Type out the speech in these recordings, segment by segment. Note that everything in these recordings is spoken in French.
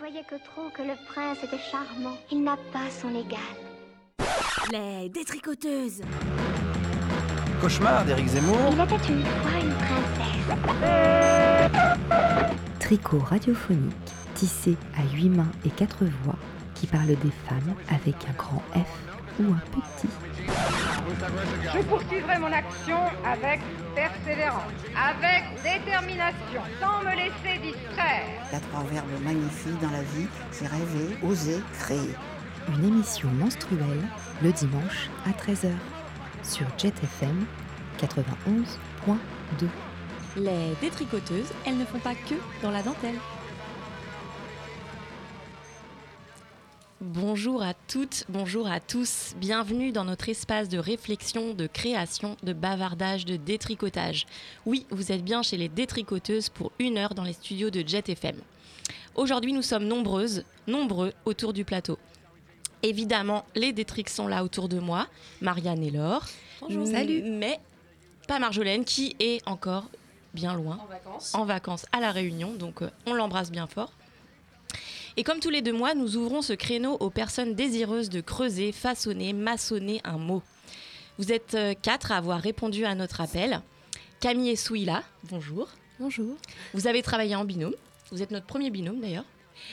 voyais que trop que le prince était charmant. Il n'a pas son égal. Les détricoteuses. Cauchemar d'Éric Zemmour. Il était une fois une princesse. Tricot radiophonique, tissé à 8 mains et 4 voix, qui parle des femmes avec un grand F ou un petit. Je poursuivrai mon action avec persévérance, avec détermination, sans me laisser distraire. Il y a 3 verbes magnifiques dans la vie, c'est rêver, oser, créer. Une émission menstruelle, le dimanche à 13h, sur Jet FM 91.2. Les détricoteuses, elles ne font pas que dans la dentelle. Bonjour à toutes, bonjour à tous. Bienvenue dans notre espace de réflexion, de création, de bavardage, de détricotage. Oui, vous êtes bien chez les détricoteuses pour 1 heure dans les studios de Jet FM. Aujourd'hui, nous sommes nombreux autour du plateau. Évidemment, les détrix sont là autour de moi, Marianne et Laure. Bonjour, salut. Mais pas Marjolaine qui est encore bien loin, en vacances à La Réunion, donc on l'embrasse bien fort. Et comme tous les 2 mois, nous ouvrons ce créneau aux personnes désireuses de creuser, façonner, maçonner un mot. Vous êtes 4 à avoir répondu à notre appel. Camille et Souila, bonjour. Bonjour. Vous avez travaillé en binôme. Vous êtes notre premier binôme d'ailleurs.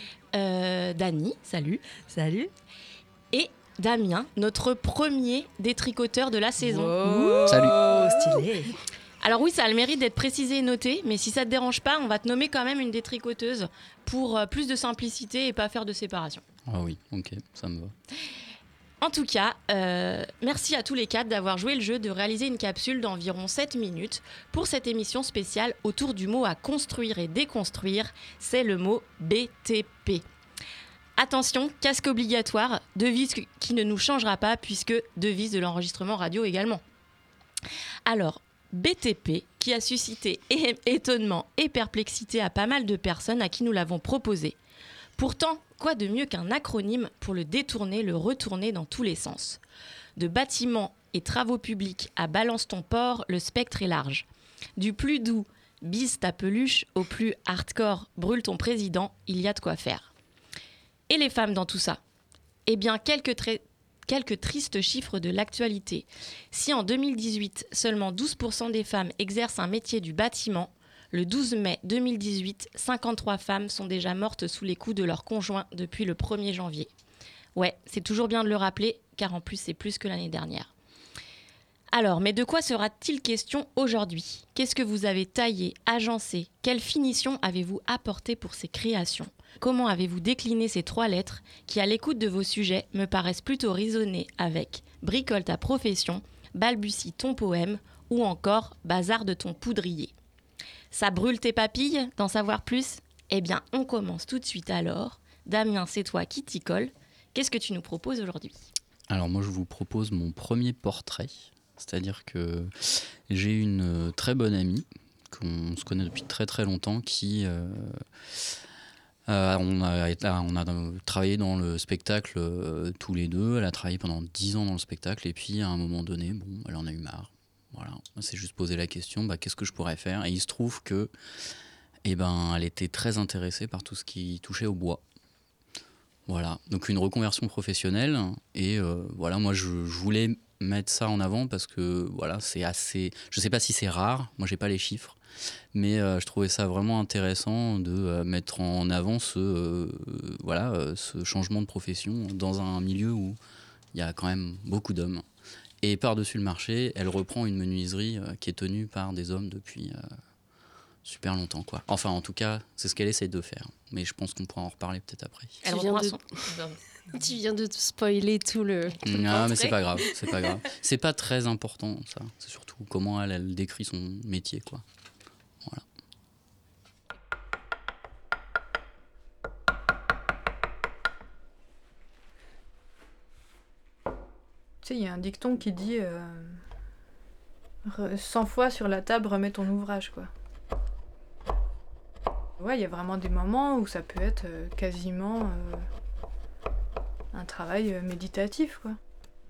Dany, salut. Salut. Et Damien, notre premier détricoteur de la saison. Wow. Salut. Stylé. Alors oui, ça a le mérite d'être précisé et noté, mais si ça te dérange pas, on va te nommer quand même une détricoteuse pour plus de simplicité et pas faire de séparation. Ah oui, ok, ça me va. En tout cas, merci à tous les 4 d'avoir joué le jeu de réaliser une capsule d'environ 7 minutes pour cette émission spéciale autour du mot à construire et déconstruire, c'est le mot BTP. Attention, casque obligatoire, devise qui ne nous changera pas puisque devise de l'enregistrement radio également. Alors, BTP, qui a suscité étonnement et perplexité à pas mal de personnes à qui nous l'avons proposé. Pourtant, quoi de mieux qu'un acronyme pour le détourner, le retourner dans tous les sens. De bâtiments et travaux publics à balance ton port, le spectre est large. Du plus doux, bise ta peluche, au plus hardcore, brûle ton président, il y a de quoi faire. Et les femmes dans tout ça ? Eh bien, quelques tristes chiffres de l'actualité. Si en 2018, seulement 12% des femmes exercent un métier du bâtiment, le 12 mai 2018, 53 femmes sont déjà mortes sous les coups de leur conjoint depuis le 1er janvier. Ouais, c'est toujours bien de le rappeler, car en plus c'est plus que l'année dernière. Alors, mais de quoi sera-t-il question aujourd'hui ? Qu'est-ce que vous avez taillé, agencé ? Quelle finition avez-vous apporté pour ces créations ? Comment avez-vous décliné ces 3 lettres qui, à l'écoute de vos sujets, me paraissent plutôt résonner avec « bricole ta profession »,« balbutie ton poème » ou encore « bazar de ton poudrier ». Ça brûle tes papilles d'en savoir plus ? Eh bien, on commence tout de suite alors. Damien, c'est toi qui t'y colle. Qu'est-ce que tu nous proposes aujourd'hui ? Alors moi, je vous propose mon premier portrait. C'est-à-dire que j'ai une très bonne amie, qu'on se connaît depuis très très longtemps, qui... on a travaillé dans le spectacle tous les deux. Elle a travaillé pendant 10 ans dans le spectacle et puis à un moment donné, elle en a eu marre. Voilà, on s'est juste posé la question, qu'est-ce que je pourrais faire ? Et il se trouve que, elle était très intéressée par tout ce qui touchait au bois. Voilà, donc une reconversion professionnelle. Et moi je voulais mettre ça en avant parce que c'est assez. Je sais pas si c'est rare. Moi j'ai pas les chiffres. Mais je trouvais ça vraiment intéressant de mettre en avant ce changement de profession dans un milieu où il y a quand même beaucoup d'hommes. Et par-dessus le marché, elle reprend une menuiserie qui est tenue par des hommes depuis super longtemps, quoi. Enfin, en tout cas, c'est ce qu'elle essaie de faire. Mais je pense qu'on pourra en reparler peut-être après. Tu viens de spoiler tout le... Non, mais c'est pas grave. C'est pas très important, ça. C'est surtout comment elle décrit son métier, quoi. Voilà. Tu sais, il y a un dicton qui dit 100 fois sur la table, remets ton ouvrage, quoi. Ouais, il y a vraiment des moments où ça peut être quasiment un travail méditatif, quoi.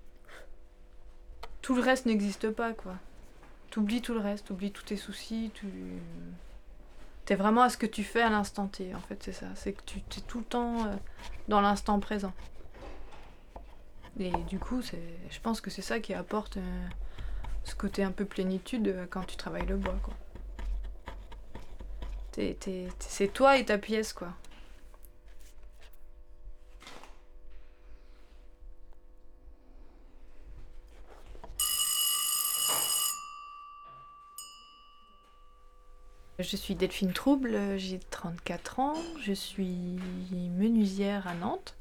Tout le reste n'existe pas, quoi. T'oublies tout le reste, t'oublies tous tes soucis, T'es vraiment à ce que tu fais à l'instant T, en fait, c'est ça. C'est que tu es tout le temps dans l'instant présent. Et du coup, je pense que c'est ça qui apporte ce côté un peu plénitude quand tu travailles le bois, quoi. C'est toi et ta pièce, quoi. Je suis Delphine Trouble, j'ai 34 ans, je suis menuisière à Nantes.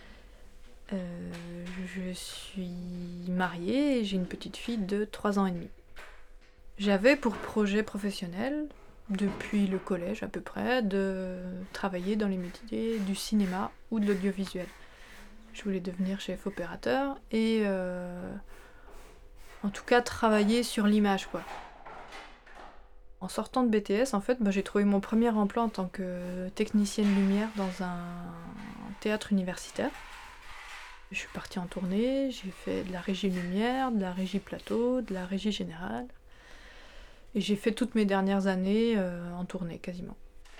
Je suis mariée et j'ai une petite fille de 3 ans et demi. J'avais pour projet professionnel, depuis le collège à peu près, de travailler dans les métiers du cinéma ou de l'audiovisuel. Je voulais devenir chef opérateur et en tout cas travailler sur l'image, quoi. En sortant de BTS, en fait, j'ai trouvé mon premier emploi en tant que technicienne lumière dans un théâtre universitaire. Je suis partie en tournée, j'ai fait de la régie lumière, de la régie plateau, de la régie générale. Et j'ai fait toutes mes dernières années en tournée, quasiment.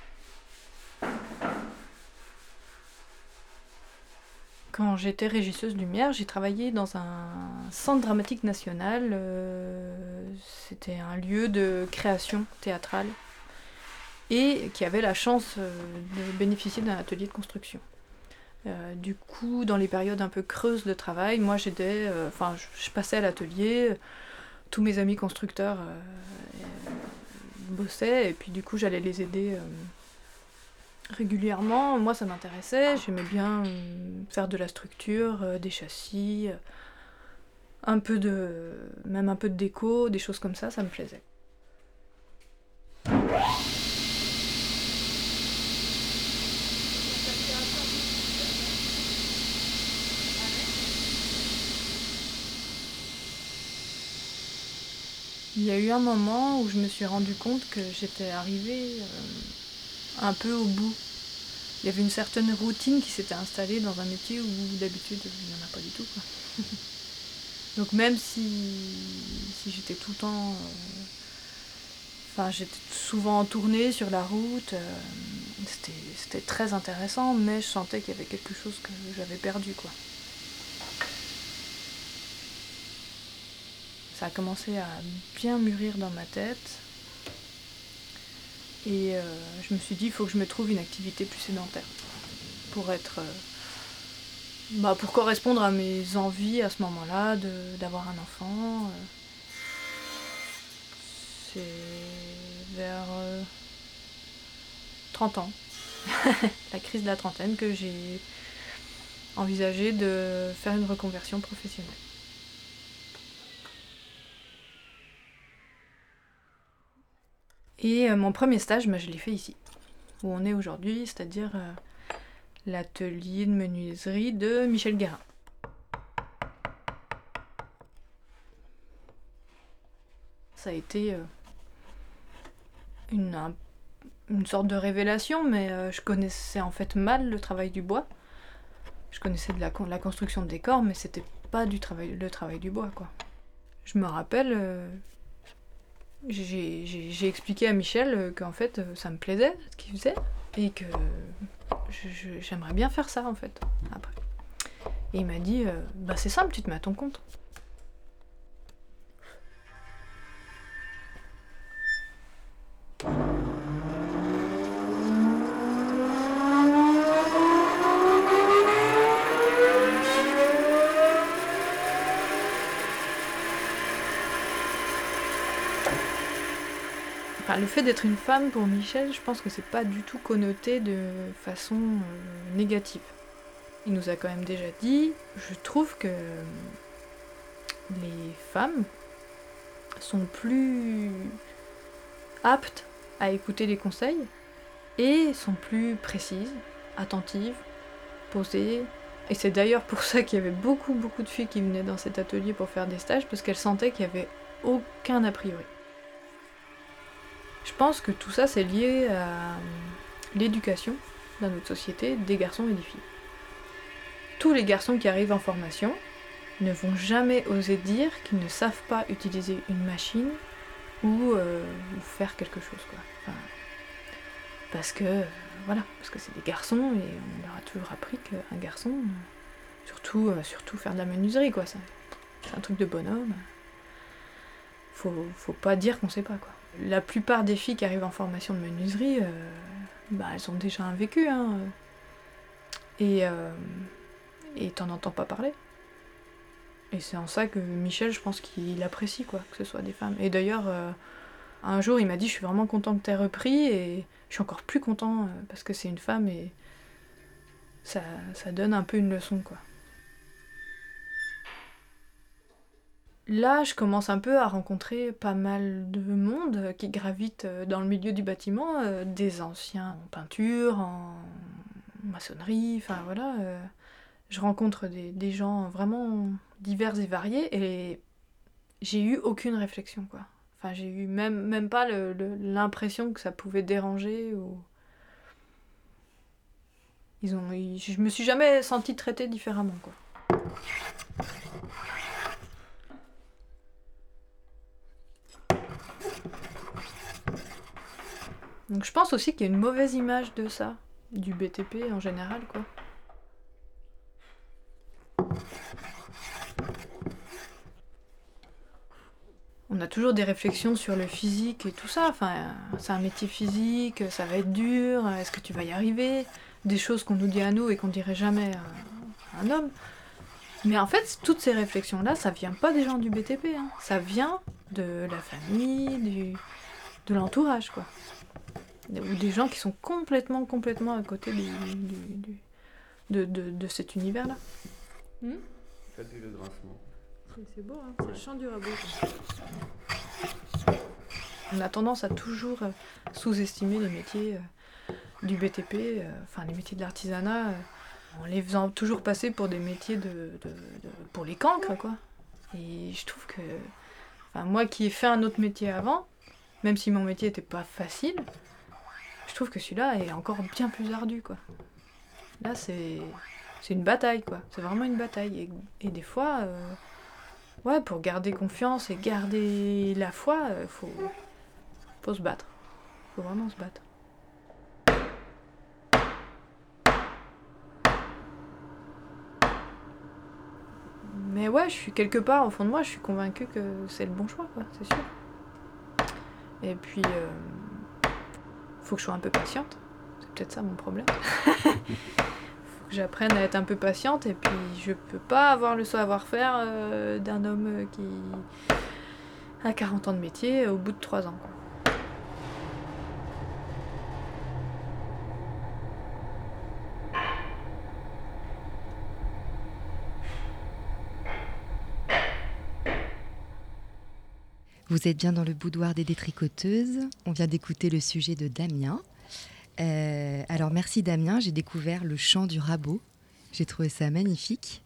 Quand j'étais régisseuse lumière, j'ai travaillé dans un centre dramatique national. C'était un lieu de création théâtrale et qui avait la chance de bénéficier d'un atelier de construction. Du coup, dans les périodes un peu creuses de travail, moi je passais à l'atelier, tous mes amis constructeurs bossaient et puis du coup j'allais les aider régulièrement. Moi ça m'intéressait, j'aimais bien faire de la structure, des châssis, même un peu de déco, des choses comme ça me plaisait. Il y a eu un moment où je me suis rendu compte que j'étais arrivée un peu au bout. Il y avait une certaine routine qui s'était installée dans un métier où d'habitude il n'y en a pas du tout, quoi. Donc même si j'étais tout le temps... j'étais souvent en tournée sur la route, c'était très intéressant, mais je sentais qu'il y avait quelque chose que j'avais perdu, quoi. Ça a commencé à bien mûrir dans ma tête. Et je me suis dit, il faut que je me trouve une activité plus sédentaire. Pour correspondre à mes envies à ce moment-là, d'avoir un enfant. C'est vers 30 ans, la crise de la trentaine, que j'ai envisagé de faire une reconversion professionnelle. Et mon premier stage, je l'ai fait ici, où on est aujourd'hui, c'est-à-dire l'atelier de menuiserie de Michel Guérin. Ça a été une sorte de révélation, mais je connaissais en fait mal le travail du bois. Je connaissais de la construction de décors, mais c'était pas le travail du bois, quoi. Je me rappelle... J'ai expliqué à Michel qu'en fait ça me plaisait ce qu'il faisait et que j'aimerais bien faire ça en fait après. Et il m'a dit c'est simple, tu te mets à ton compte. Le fait d'être une femme, pour Michel, je pense que c'est pas du tout connoté de façon négative. Il nous a quand même déjà dit, je trouve que les femmes sont plus aptes à écouter les conseils et sont plus précises, attentives, posées. Et c'est d'ailleurs pour ça qu'il y avait beaucoup de filles qui venaient dans cet atelier pour faire des stages, parce qu'elles sentaient qu'il n'y avait aucun a priori. Je pense que tout ça, c'est lié à l'éducation dans notre société des garçons et des filles. Tous les garçons qui arrivent en formation ne vont jamais oser dire qu'ils ne savent pas utiliser une machine ou faire quelque chose, quoi. parce que c'est des garçons et on leur a toujours appris qu'un garçon, surtout faire de la menuiserie, quoi. C'est un truc de bonhomme. Faut pas dire qu'on sait pas, quoi. La plupart des filles qui arrivent en formation de menuiserie, elles ont déjà un vécu, hein. Et t'en entends pas parler. Et c'est en ça que Michel, je pense qu'il apprécie, quoi, que ce soit des femmes. Et d'ailleurs, un jour, il m'a dit « Je suis vraiment content que t'aies repris » et je suis encore plus content parce que c'est une femme et ça donne un peu une leçon, quoi. Là, je commence un peu à rencontrer pas mal de monde qui gravite dans le milieu du bâtiment, des anciens en peinture, en maçonnerie, enfin voilà. Je rencontre des gens vraiment divers et variés et j'ai eu aucune réflexion, quoi. Enfin, j'ai eu même pas l'impression que ça pouvait déranger ou... Je me suis jamais sentie traitée différemment, quoi. Donc je pense aussi qu'il y a une mauvaise image de ça, du BTP en général, quoi. On a toujours des réflexions sur le physique et tout ça. Enfin, c'est un métier physique, ça va être dur, est-ce que tu vas y arriver? Des choses qu'on nous dit à nous et qu'on dirait jamais à un homme. Mais en fait, toutes ces réflexions-là, ça vient pas des gens du BTP, hein. Ça vient de la famille, de l'entourage, quoi. Ou des gens qui sont complètement à côté de cet univers-là. Faites le grincement. C'est beau, hein, c'est le chant du rabot. On a tendance à toujours sous-estimer les métiers du BTP, les métiers de l'artisanat, en les faisant toujours passer pour des métiers pour les cancres, quoi. Et je trouve que, moi qui ai fait un autre métier avant, même si mon métier était pas facile, je trouve que celui-là est encore bien plus ardu, quoi. Là, c'est une bataille, quoi. C'est vraiment une bataille. Et des fois, pour garder confiance et garder la foi, faut se battre. Faut vraiment se battre. Mais ouais, je suis quelque part, au fond de moi, je suis convaincue que c'est le bon choix, quoi, c'est sûr. Et puis, faut que je sois un peu patiente. C'est peut-être ça mon problème. Faut que j'apprenne à être un peu patiente et puis je peux pas avoir le savoir-faire d'un homme qui a 40 ans de métier au bout de 3 ans, quoi. Vous êtes bien dans le boudoir des détricoteuses. On vient d'écouter le sujet de Damien. Alors merci Damien, j'ai découvert le chant du rabot. J'ai trouvé ça magnifique.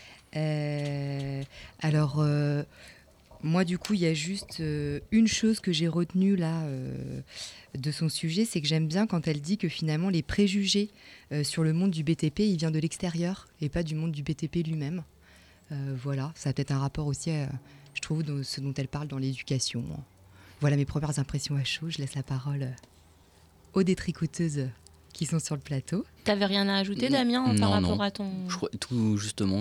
Moi du coup, il y a juste une chose que j'ai retenue là de son sujet, c'est que j'aime bien quand elle dit que finalement les préjugés sur le monde du BTP, il vient de l'extérieur et pas du monde du BTP lui-même. Voilà, ça a peut-être un rapport aussi je trouve, de ce dont elle parle dans l'éducation. Voilà mes premières impressions à chaud. Je laisse la parole aux détricoteuses qui sont sur le plateau. T'avais rien à ajouter, Damien, par rapport à ton... Je crois tout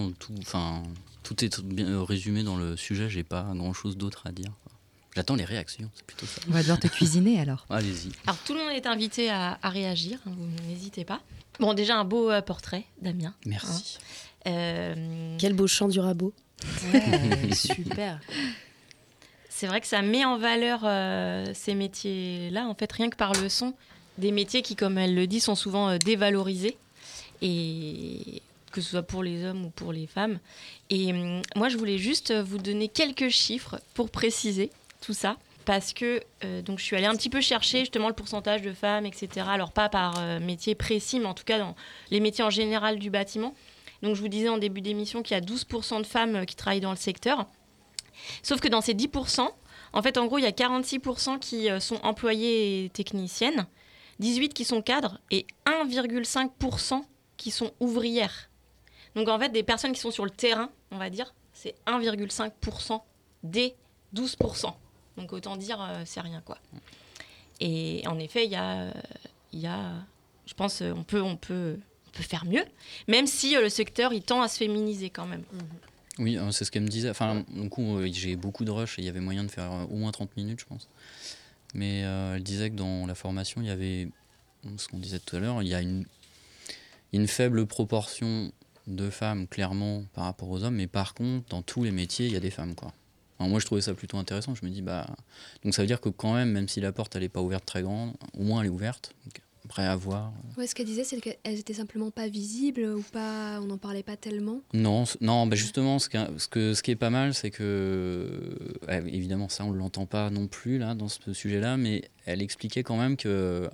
est bien résumé dans le sujet. J'ai pas grand-chose d'autre à dire, quoi. J'attends les réactions, c'est plutôt ça. On va devoir te cuisiner alors. Allez-y. Alors tout le monde est invité à réagir, hein, vous n'hésitez pas. Bon, déjà un beau portrait, Damien. Merci. Quel beau chant du rabot. Ouais, super. C'est vrai que ça met en valeur ces métiers-là, en fait, rien que par le son. Des métiers qui, comme elle le dit, sont souvent dévalorisés, et que ce soit pour les hommes ou pour les femmes. Et moi, je voulais juste vous donner quelques chiffres pour préciser tout ça. Parce que donc je suis allée un petit peu chercher justement le pourcentage de femmes, etc. Alors pas par métier précis, mais en tout cas dans les métiers en général du bâtiment. Donc je vous disais en début d'émission qu'il y a 12% de femmes qui travaillent dans le secteur. Sauf que dans ces 10%, en fait en gros il y a 46% qui sont employées et techniciennes, 18% qui sont cadres et 1,5% qui sont ouvrières. Donc en fait des personnes qui sont sur le terrain, on va dire, c'est 1,5% des 12%. Donc autant dire c'est rien, quoi. Et en effet il y a je pense, on peut faire mieux, même si le secteur il tend à se féminiser quand même. Oui, c'est ce qu'elle me disait. Enfin, du coup, j'ai beaucoup de rush et il y avait moyen de faire au moins 30 minutes, je pense. Mais elle disait que dans la formation, il y avait, ce qu'on disait tout à l'heure, il y a une faible proportion de femmes, clairement, par rapport aux hommes. Mais par contre, dans tous les métiers, il y a des femmes, quoi. Alors moi, je trouvais ça plutôt intéressant. Je me dis, donc ça veut dire que quand même si la porte, elle n'est pas ouverte très grande, au moins elle est ouverte. Donc, après, à voir. Ouais, ce qu'elle disait, c'est qu'elles étaient simplement pas visibles ou pas, on n'en parlait pas tellement. Non, justement, ce qui est pas mal, c'est que, évidemment, ça, on ne l'entend pas non plus là, dans ce sujet-là, mais elle expliquait quand même que,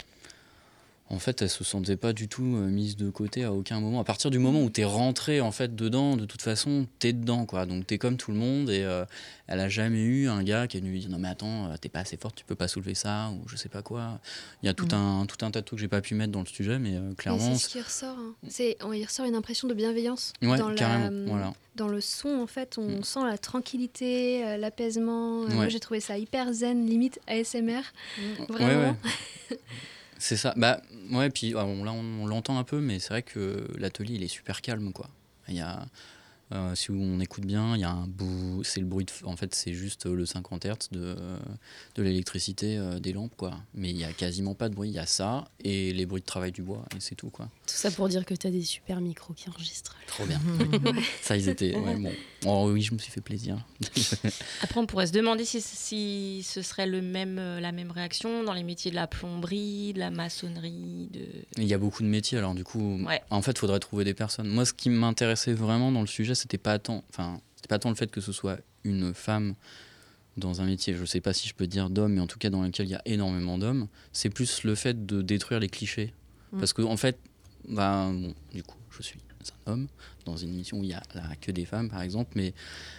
en fait, elle se sentait pas du tout mise de côté à aucun moment. À partir du moment où tu es rentré en fait dedans, de toute façon, tu es dedans, quoi. Donc tu es comme tout le monde et elle a jamais eu un gars qui est venu lui dire non mais attends, t'es pas assez forte, tu peux pas soulever ça ou je sais pas quoi. Il y a tout un tas de trucs que j'ai pas pu mettre dans le sujet, mais clairement. Et c'est ce qui ressort. Hein. Il ressort une impression de bienveillance. Ouais, carrément. Voilà. Dans le son, en fait, on sent la tranquillité, l'apaisement. Ouais. Moi, j'ai trouvé ça hyper zen, limite ASMR. Vraiment. Ouais. C'est ça. Ouais, puis on l'entend un peu, mais c'est vrai que l'atelier, il est super calme, quoi. Il y a, si on écoute bien, il y a un bout, c'est le bruit en fait, c'est juste le 50 Hz de l'électricité des lampes, quoi. Mais il y a quasiment pas de bruit. Il y a ça et les bruits de travail du bois, et c'est tout, quoi. Tout ça pour dire que t'as des super micros qui enregistrent. Trop bien. Ça, ils étaient. Ouais, bon. Oh oui, je me suis fait plaisir. Après, on pourrait se demander si ce serait la même réaction dans les métiers de la plomberie, de la maçonnerie. Il y a beaucoup de métiers, alors du coup, en fait, il faudrait trouver des personnes. Moi, ce qui m'intéressait vraiment dans le sujet, c'était pas tant le fait que ce soit une femme dans un métier, je sais pas si je peux dire d'homme, mais en tout cas dans lequel il y a énormément d'hommes. C'est plus le fait de détruire les clichés. Parce que, en fait, du coup, je suis un homme dans une émission où il y a que des femmes, par exemple, mais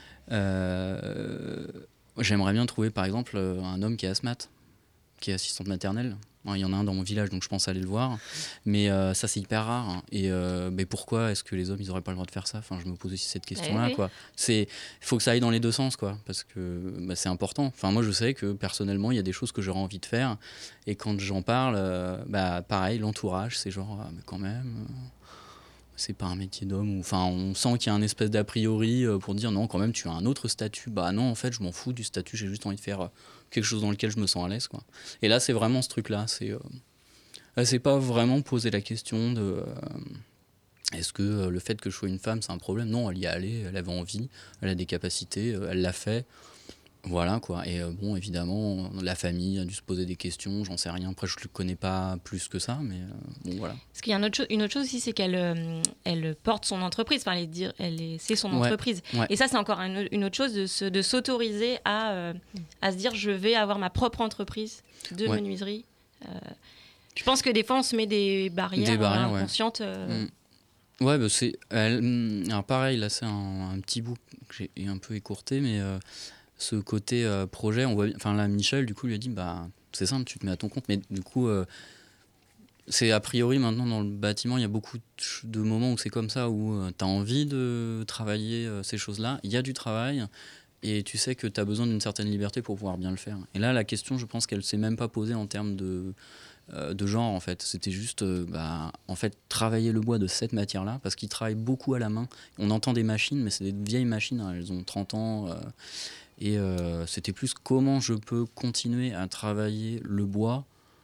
j'aimerais bien trouver, par exemple, un homme qui est asthmate, qui est assistante maternelle. Il y en a un dans mon village, donc je pense aller le voir. Mais ça, c'est hyper rare. Hein. Et mais pourquoi est-ce que les hommes, ils n'auraient pas le droit de faire ça ? Enfin, je me pose aussi cette question-là. Il faut que ça aille dans les deux sens, quoi, parce que c'est important. Enfin, moi, je sais que personnellement, il y a des choses que j'aurais envie de faire. Et quand j'en parle, pareil, l'entourage, c'est genre, mais quand même... c'est pas un métier d'homme. Enfin, on sent qu'il y a un espèce d'a priori pour dire non, quand même, tu as un autre statut. Bah non, en fait, je m'en fous du statut, j'ai juste envie de faire quelque chose dans lequel je me sens à l'aise, quoi. Et là, c'est vraiment ce truc-là. C'est pas vraiment poser la question de est-ce que le fait que je sois une femme, c'est un problème ? Non, elle y est allée, elle avait envie, elle a des capacités, elle l'a fait. Voilà, quoi. Et évidemment, la famille a dû se poser des questions, j'en sais rien. Après, je ne le connais pas plus que ça, mais voilà. Parce qu'il y a une autre chose aussi, c'est qu'elle porte son entreprise, enfin, c'est son entreprise. Ouais. Et ça, c'est encore une autre chose de s'autoriser à se dire je vais avoir ma propre entreprise de menuiserie. Je pense que des fois, on se met des barrières inconscientes. Ouais, alors pareil, là, c'est un petit bout que j'ai un peu écourté, mais... ce côté projet, on voit, enfin là Michel du coup lui a dit c'est simple, tu te mets à ton compte, mais du coup c'est a priori maintenant dans le bâtiment il y a beaucoup de moments où c'est comme ça, où tu as envie de travailler ces choses-là, il y a du travail et tu sais que tu as besoin d'une certaine liberté pour pouvoir bien le faire. Et là la question, je pense qu'elle s'est même pas posée en termes de genre, en fait. C'était juste en fait travailler le bois de cette matière-là, parce qu'ils travaillent beaucoup à la main. On entend des machines, mais c'est des vieilles machines, hein, elles ont 30 ans. Et c'était plus comment je peux continuer à travailler le bois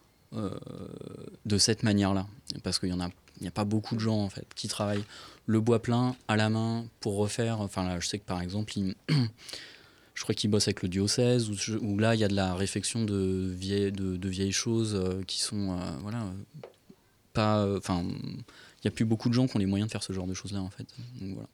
de cette manière-là. Parce qu'il n'y a pas beaucoup de gens, en fait, qui travaillent le bois plein à la main pour refaire. Enfin, là, je sais que par exemple, je crois qu'ils bossent avec le diocèse, où là, il y a de la réfection de vieilles choses qui sont. Pas. Enfin, il n'y a plus beaucoup de gens qui ont les moyens de faire ce genre de choses-là, en fait. Donc voilà.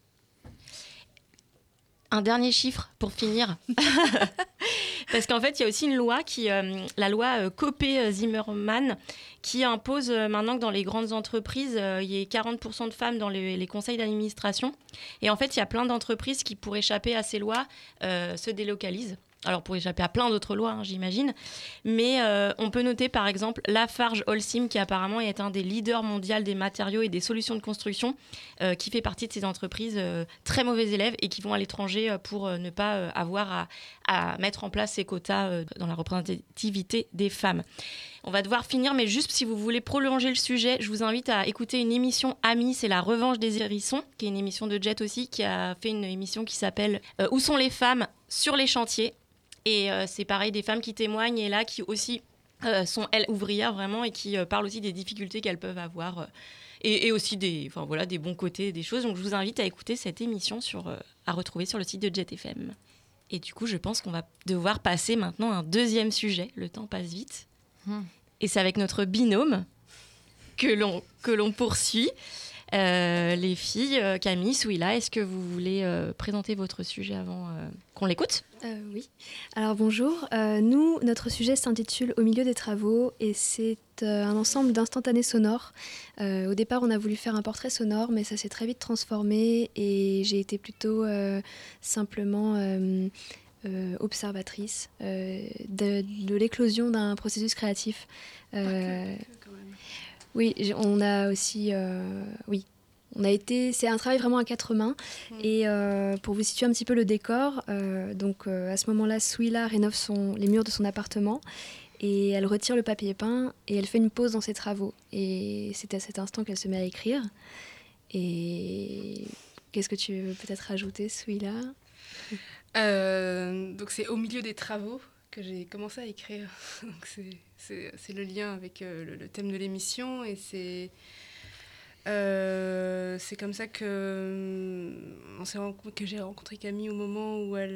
Un dernier chiffre pour finir. Parce qu'en fait, il y a aussi une loi, la loi Copé-Zimmermann, qui impose maintenant que dans les grandes entreprises, il y ait 40% de femmes dans les conseils d'administration. Et en fait, il y a plein d'entreprises qui, pour échapper à ces lois, se délocalisent. alors pour échapper à plein d'autres lois, j'imagine. Mais on peut noter par exemple Lafarge-Holcim, qui apparemment est un des leaders mondiaux des matériaux et des solutions de construction, qui fait partie de ces entreprises très mauvais élèves et qui vont à l'étranger pour ne pas avoir à mettre en place ces quotas dans la représentativité des femmes. On va devoir finir, mais juste si vous voulez prolonger le sujet, je vous invite à écouter une émission amie, c'est La Revanche des Hérissons, qui est une émission de Jet aussi, qui a fait une émission qui s'appelle Où sont les femmes sur les chantiers ? Et c'est pareil, des femmes qui témoignent et là qui aussi sont, elles, ouvrières vraiment et qui parlent aussi des difficultés qu'elles peuvent avoir et aussi des bons côtés des choses. Donc je vous invite à écouter cette émission à retrouver sur le site de Jet FM. Et du coup, je pense qu'on va devoir passer maintenant à un deuxième sujet. Le temps passe vite. Et c'est avec notre binôme que l'on poursuit. Les filles, Camille, Souila, est-ce que vous voulez présenter votre sujet avant qu'on l'écoute ? Oui. Alors bonjour. Notre sujet s'intitule Au milieu des travaux et c'est un ensemble d'instantanés sonores. Au départ, on a voulu faire un portrait sonore, mais ça s'est très vite transformé et j'ai été plutôt simplement observatrice de l'éclosion d'un processus créatif. Oui, on a aussi... oui. C'est un travail vraiment à quatre mains. Et pour vous situer un petit peu le décor, à ce moment-là, Souila rénove les murs de son appartement et elle retire le papier peint et elle fait une pause dans ses travaux. Et c'est à cet instant qu'elle se met à écrire. Et qu'est-ce que tu veux peut-être rajouter, Souila ? Donc c'est au milieu des travaux que j'ai commencé à écrire. Donc c'est le lien avec le thème de l'émission et c'est comme ça que j'ai rencontré Camille au moment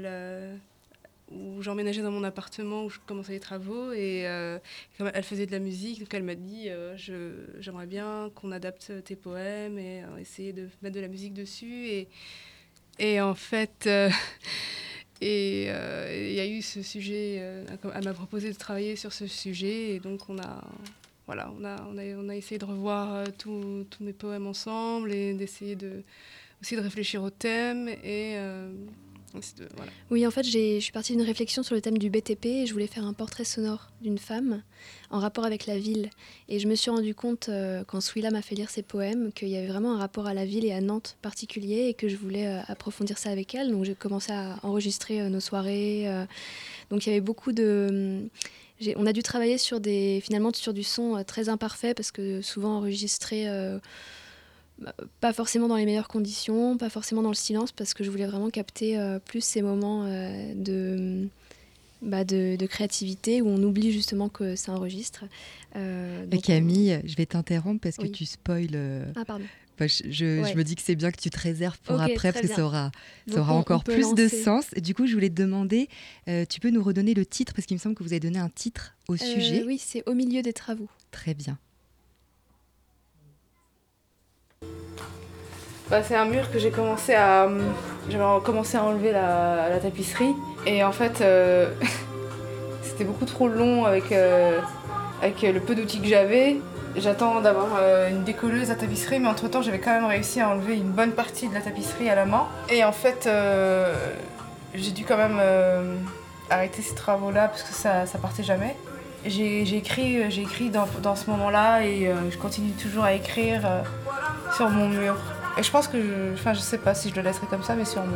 où j'emménageais dans mon appartement, où je commençais les travaux et comme elle faisait de la musique, donc elle m'a dit j'aimerais bien qu'on adapte tes poèmes et essayer de mettre de la musique dessus et en fait il y a eu ce sujet, elle m'a proposé de travailler sur ce sujet et donc on a essayé de revoir tous mes poèmes ensemble et d'essayer aussi de réfléchir au thème et voilà. Oui, en fait, je suis partie d'une réflexion sur le thème du BTP et je voulais faire un portrait sonore d'une femme en rapport avec la ville. Et je me suis rendu compte, quand Souila m'a fait lire ses poèmes, qu'il y avait vraiment un rapport à la ville et à Nantes particulier et que je voulais approfondir ça avec elle. Donc j'ai commencé à enregistrer nos soirées. Donc il y avait beaucoup de... On a dû travailler sur du son très imparfait parce que souvent enregistré... pas forcément dans les meilleures conditions, pas forcément dans le silence, parce que je voulais vraiment capter plus ces moments de créativité où on oublie justement que ça enregistre. Camille, je vais t'interrompre parce que tu spoil. Ah, pardon. Je me dis que c'est bien que tu te réserves pour après, parce que ça aura encore plus lancer. de sens. Et du coup, je voulais te demander, tu peux nous redonner le titre, parce qu'il me semble que vous avez donné un titre au sujet. Oui, c'est Au milieu des travaux. Très bien. C'est un mur que j'avais commencé à enlever la tapisserie et en fait c'était beaucoup trop long avec le peu d'outils que j'avais. J'attends d'avoir une décolleuse à tapisserie, mais entre temps j'avais quand même réussi à enlever une bonne partie de la tapisserie à la main et en fait j'ai dû quand même arrêter ces travaux là parce que ça partait jamais. J'ai écrit dans ce moment là et je continue toujours à écrire sur mon mur. Et je pense que, je sais pas si je le laisserai comme ça, mais sûrement.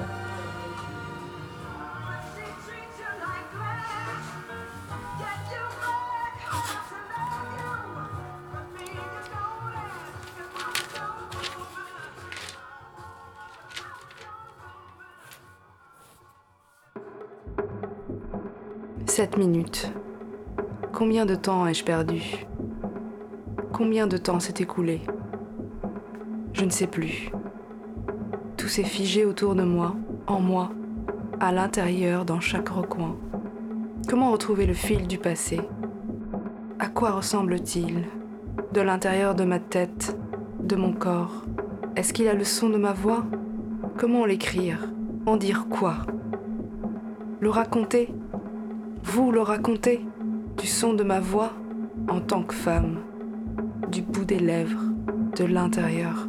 « 7 minutes. Combien de temps ai-je perdu ? Combien de temps s'est écoulé ? Je ne sais plus. Tout s'est figé autour de moi, en moi, à l'intérieur, dans chaque recoin. Comment retrouver le fil du passé ? À quoi ressemble-t-il ? De l'intérieur de ma tête, de mon corps. Est-ce qu'il a le son de ma voix ? Comment l'écrire ? En dire quoi ? Le raconter ? Vous le racontez ? Du son de ma voix, en tant que femme, du bout des lèvres, de l'intérieur.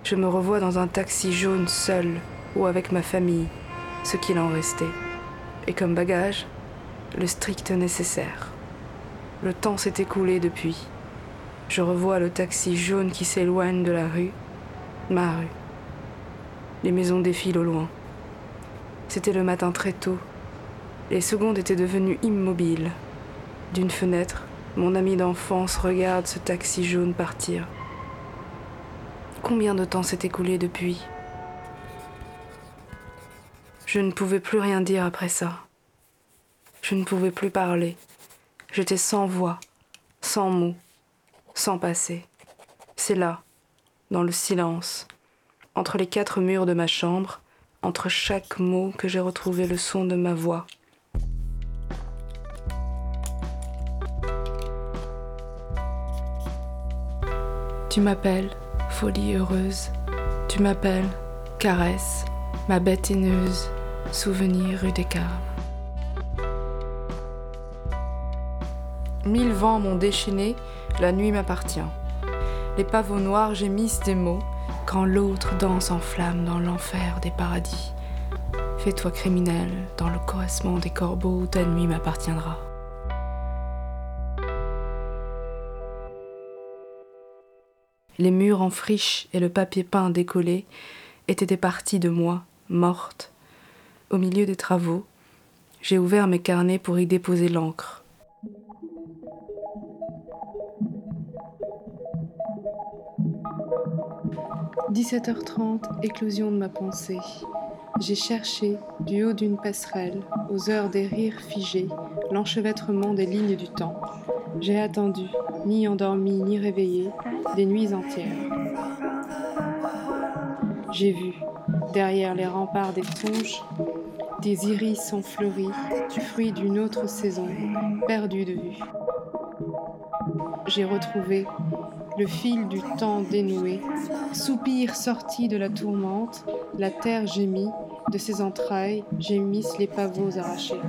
Je me revois dans un taxi jaune seul ou avec ma famille, ce qu'il en restait. Et comme bagage, le strict nécessaire. Le temps s'est écoulé depuis. Je revois le taxi jaune qui s'éloigne de la rue, ma rue. Les maisons défilent au loin. C'était le matin très tôt. Les secondes étaient devenues immobiles. D'une fenêtre, mon ami d'enfance regarde ce taxi jaune partir. Combien de temps s'est écoulé depuis ? Je ne pouvais plus rien dire après ça. Je ne pouvais plus parler. J'étais sans voix, sans mots, sans passé. C'est là, dans le silence, entre les 4 murs de ma chambre, entre chaque mot que j'ai retrouvé le son de ma voix. Tu m'appelles, folie heureuse. Tu m'appelles, caresse, ma bête haineuse, souvenir rue des Carmes. 1000 vents m'ont déchaîné, la nuit m'appartient. Les pavots noirs gémissent des mots, quand l'autre danse en flammes dans l'enfer des paradis. Fais-toi criminel dans le coassement des corbeaux où ta nuit m'appartiendra. Les murs en friche et le papier peint décollé étaient des parties de moi, mortes. Au milieu des travaux, j'ai ouvert mes carnets pour y déposer l'encre. « 17h30, éclosion de ma pensée. J'ai cherché, du haut d'une passerelle, aux heures des rires figés, l'enchevêtrement des lignes du temps. J'ai attendu, ni endormi ni réveillé, des nuits entières. J'ai vu, derrière les remparts des songes, des iris en fleuris, fruits d'une autre saison, perdus de vue. J'ai retrouvé le fil du temps dénoué, soupir sorti de la tourmente, la terre gémit, de ses entrailles gémissent les pavots arrachés.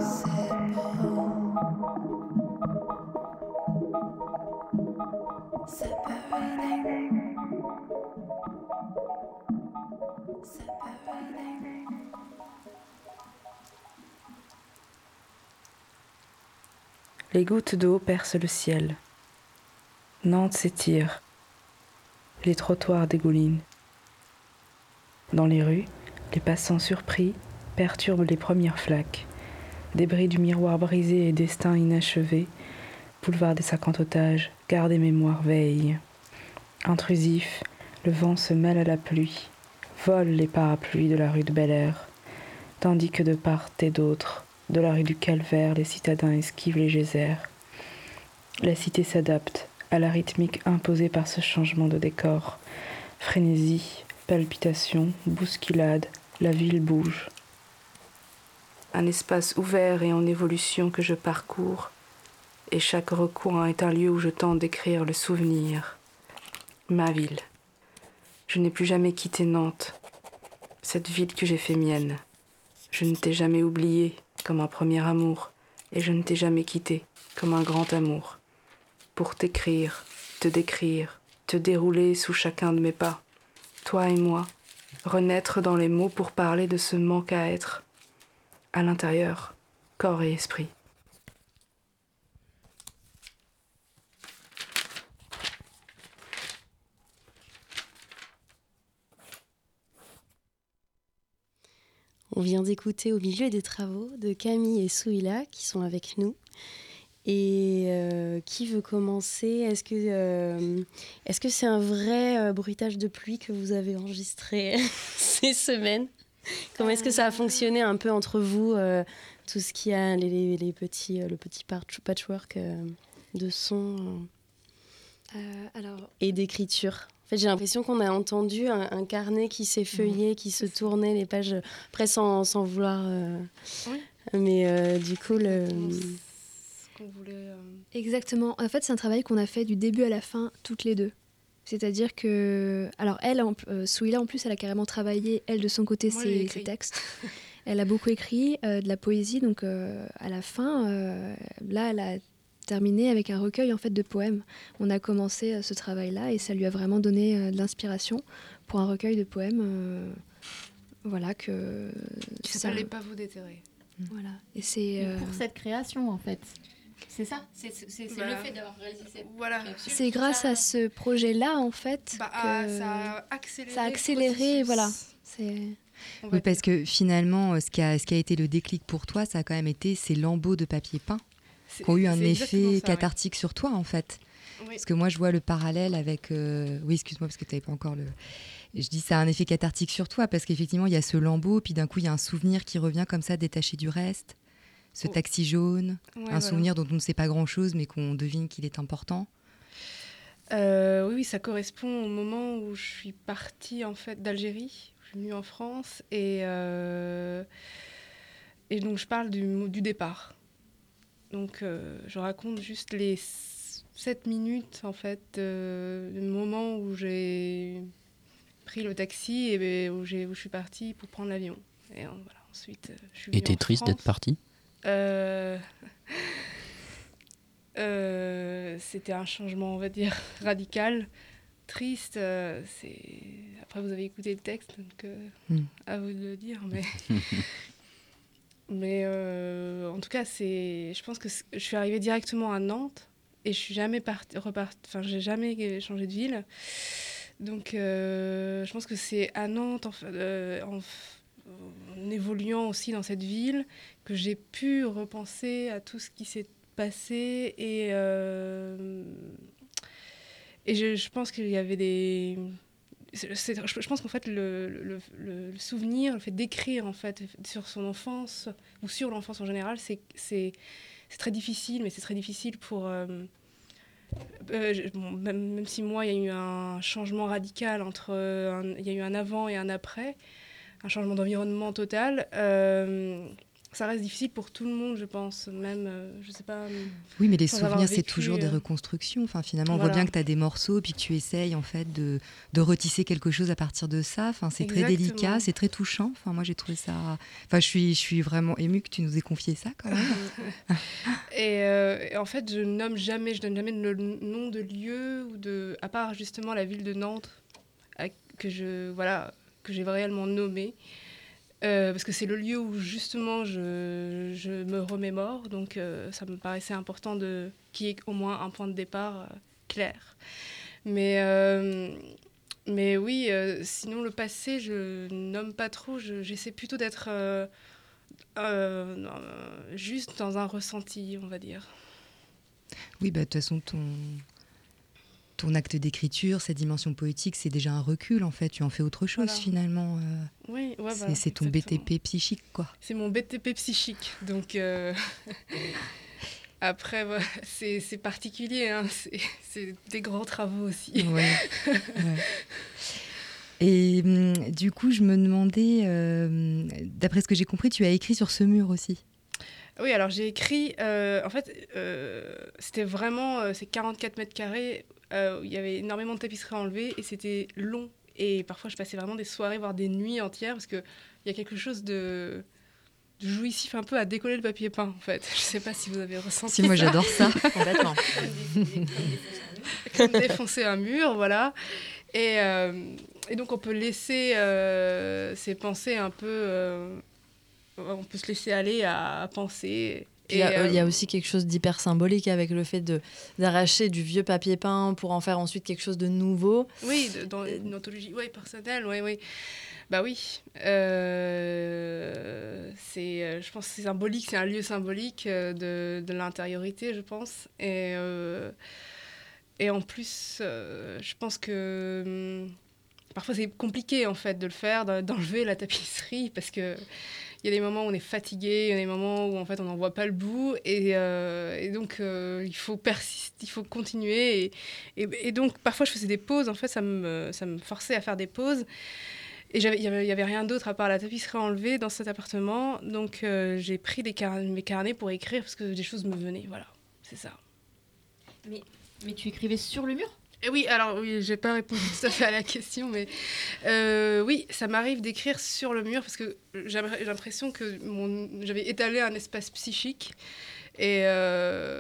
Les gouttes d'eau percent le ciel. Nantes s'étire. Les trottoirs dégoulinent. Dans les rues, les passants surpris perturbent les premières flaques. Débris du miroir brisé et destin inachevé, boulevard des 50 otages, gare des mémoires veille. Intrusif, le vent se mêle à la pluie, vole les parapluies de la rue de Bel-Air, tandis que de part et d'autre, de la rue du Calvaire, les citadins esquivent les geysers. La cité s'adapte à la rythmique imposée par ce changement de décor. Frénésie, palpitation, bousculade, la ville bouge. Un espace ouvert et en évolution que je parcours, et chaque recoin est un lieu où je tente d'écrire le souvenir. Ma ville. Je n'ai plus jamais quitté Nantes, cette ville que j'ai fait mienne. Je ne t'ai jamais oublié comme un premier amour, et je ne t'ai jamais quitté comme un grand amour. Pour t'écrire, te décrire, te dérouler sous chacun de mes pas. Toi et moi, renaître dans les mots pour parler de ce manque à être. À l'intérieur, corps et esprit. On vient d'écouter Au milieu des travaux de Camille et Souila qui sont avec nous. Et qui veut commencer ? Est-ce que c'est un vrai bruitage de pluie que vous avez enregistré ces semaines ? Comment est-ce que ça a fonctionné un peu entre vous, tout ce qui a le petit patchwork de sons et d'écriture ? En fait, j'ai l'impression qu'on a entendu un carnet qui s'effeuillait, qui se tournait les pages, presque sans vouloir. Oui. Mais du coup, qu'on voulait... Exactement. En fait, c'est un travail qu'on a fait du début à la fin, toutes les deux. C'est-à-dire que... Alors, Souila, en plus, elle a carrément travaillé, elle, de son côté, ses textes. Elle a beaucoup écrit de la poésie. Donc, à la fin, là, elle a terminé avec un recueil, en fait, de poèmes. On a commencé ce travail-là et ça lui a vraiment donné de l'inspiration pour un recueil de poèmes. Voilà que. Qui s'appelle Les pavots déterrés. Voilà. Et c'est. Pour cette création, en fait. C'est ça. C'est le fait d'avoir réalisé cette. Voilà. C'est grâce à ce projet-là, en fait, que ça a accéléré. Voilà. Oui, parce que finalement, ce qui a été le déclic pour toi, ça a quand même été ces lambeaux de papier peint qui ont eu un effet cathartique sur toi, en fait. Oui. Parce que moi, je vois le parallèle avec... Oui, excuse-moi, parce que tu n'avais pas encore le... Je dis ça a un effet cathartique sur toi, parce qu'effectivement, il y a ce lambeau, puis d'un coup, il y a un souvenir qui revient comme ça, détaché du reste. Ce taxi jaune, un souvenir dont on ne sait pas grand-chose, mais qu'on devine qu'il est important. Oui, ça correspond au moment où je suis partie, en fait, d'Algérie. Je suis venue en France, et donc je parle du départ. Donc, je raconte juste les 7 minutes, en fait, du moment où j'ai pris le taxi et où je suis partie pour prendre l'avion. Et voilà, ensuite, je suis venue. Et t'es triste d'être partie ? C'était un changement, on va dire, radical. Triste, après vous avez écouté le texte, donc à vous de le dire. Mais en tout cas, je pense que je suis arrivée directement à Nantes et je suis jamais j'ai jamais changé de ville. Donc je pense que c'est à Nantes, en évoluant aussi dans cette ville, que j'ai pu repenser à tout ce qui s'est passé et je pense qu'il y avait des... Je pense qu'en fait, le souvenir, le fait d'écrire en fait, sur son enfance, ou sur l'enfance en général, c'est très difficile, mais c'est très difficile pour... même si moi, il y a eu un changement radical il y a eu un avant et un après, un changement d'environnement total, ça reste difficile pour tout le monde, je pense, même, je sais pas... Oui, mais les souvenirs, c'est toujours des reconstructions. Enfin, finalement, on voit bien que tu as des morceaux, puis que tu essayes, en fait, de retisser quelque chose à partir de ça. Enfin, c'est très délicat, c'est très touchant. Enfin, moi, j'ai trouvé ça... Enfin, je suis vraiment émue que tu nous aies confié ça, quand même. Et en fait, je donne jamais le nom de lieu, à part, justement, la ville de Nantes, que j'ai réellement nommée. Parce que c'est le lieu où justement je me remémore, donc ça me paraissait important qu'il y ait au moins un point de départ clair. Mais oui, sinon le passé, je nomme pas trop, j'essaie plutôt d'être juste dans un ressenti, on va dire. Oui, de toute façon, ton acte d'écriture, cette dimension poétique, c'est déjà un recul, en fait. Tu en fais autre chose, finalement. Oui, c'est ton BTP psychique, quoi. C'est mon BTP psychique. Donc, après, c'est particulier. Hein. C'est des grands travaux aussi. Ouais. Et du coup, je me demandais, d'après ce que j'ai compris, tu as écrit sur ce mur aussi. Oui, alors j'ai écrit... en fait, c'était vraiment... c'est 44 mètres carrés... où il y avait énormément de tapisseries enlevées et c'était long. Et parfois, je passais vraiment des soirées, voire des nuits entières, parce qu'il y a quelque chose de jouissif un peu à décoller le papier peint, en fait. Je ne sais pas si vous avez ressenti ça. Si, moi, j'adore ça. Complètement. Comme défoncer un mur, voilà. Et donc, on peut laisser ses pensées un peu... on peut se laisser aller à penser... Il y a aussi quelque chose d'hyper symbolique avec le fait d'arracher du vieux papier peint pour en faire ensuite quelque chose de nouveau. Oui, dans une anthologie personnelle, oui. Bah oui. Je pense que c'est symbolique, c'est un lieu symbolique de l'intériorité, je pense. Et en plus, je pense que parfois c'est compliqué en fait de le faire, d'enlever la tapisserie, parce que il y a des moments où on est fatigué, il y a des moments où en fait on n'en voit pas le bout, et donc il faut persister, il faut continuer, et donc parfois je faisais des pauses, en fait ça me forçait à faire des pauses, et il y avait rien d'autre à part la tapisserie enlevée dans cet appartement, donc j'ai pris mes carnets pour écrire parce que des choses me venaient, voilà, c'est ça. Mais tu écrivais sur le mur ? Oui, alors oui, j'ai pas répondu tout à fait à la question, mais oui, ça m'arrive d'écrire sur le mur parce que j'ai l'impression que j'avais étalé un espace psychique et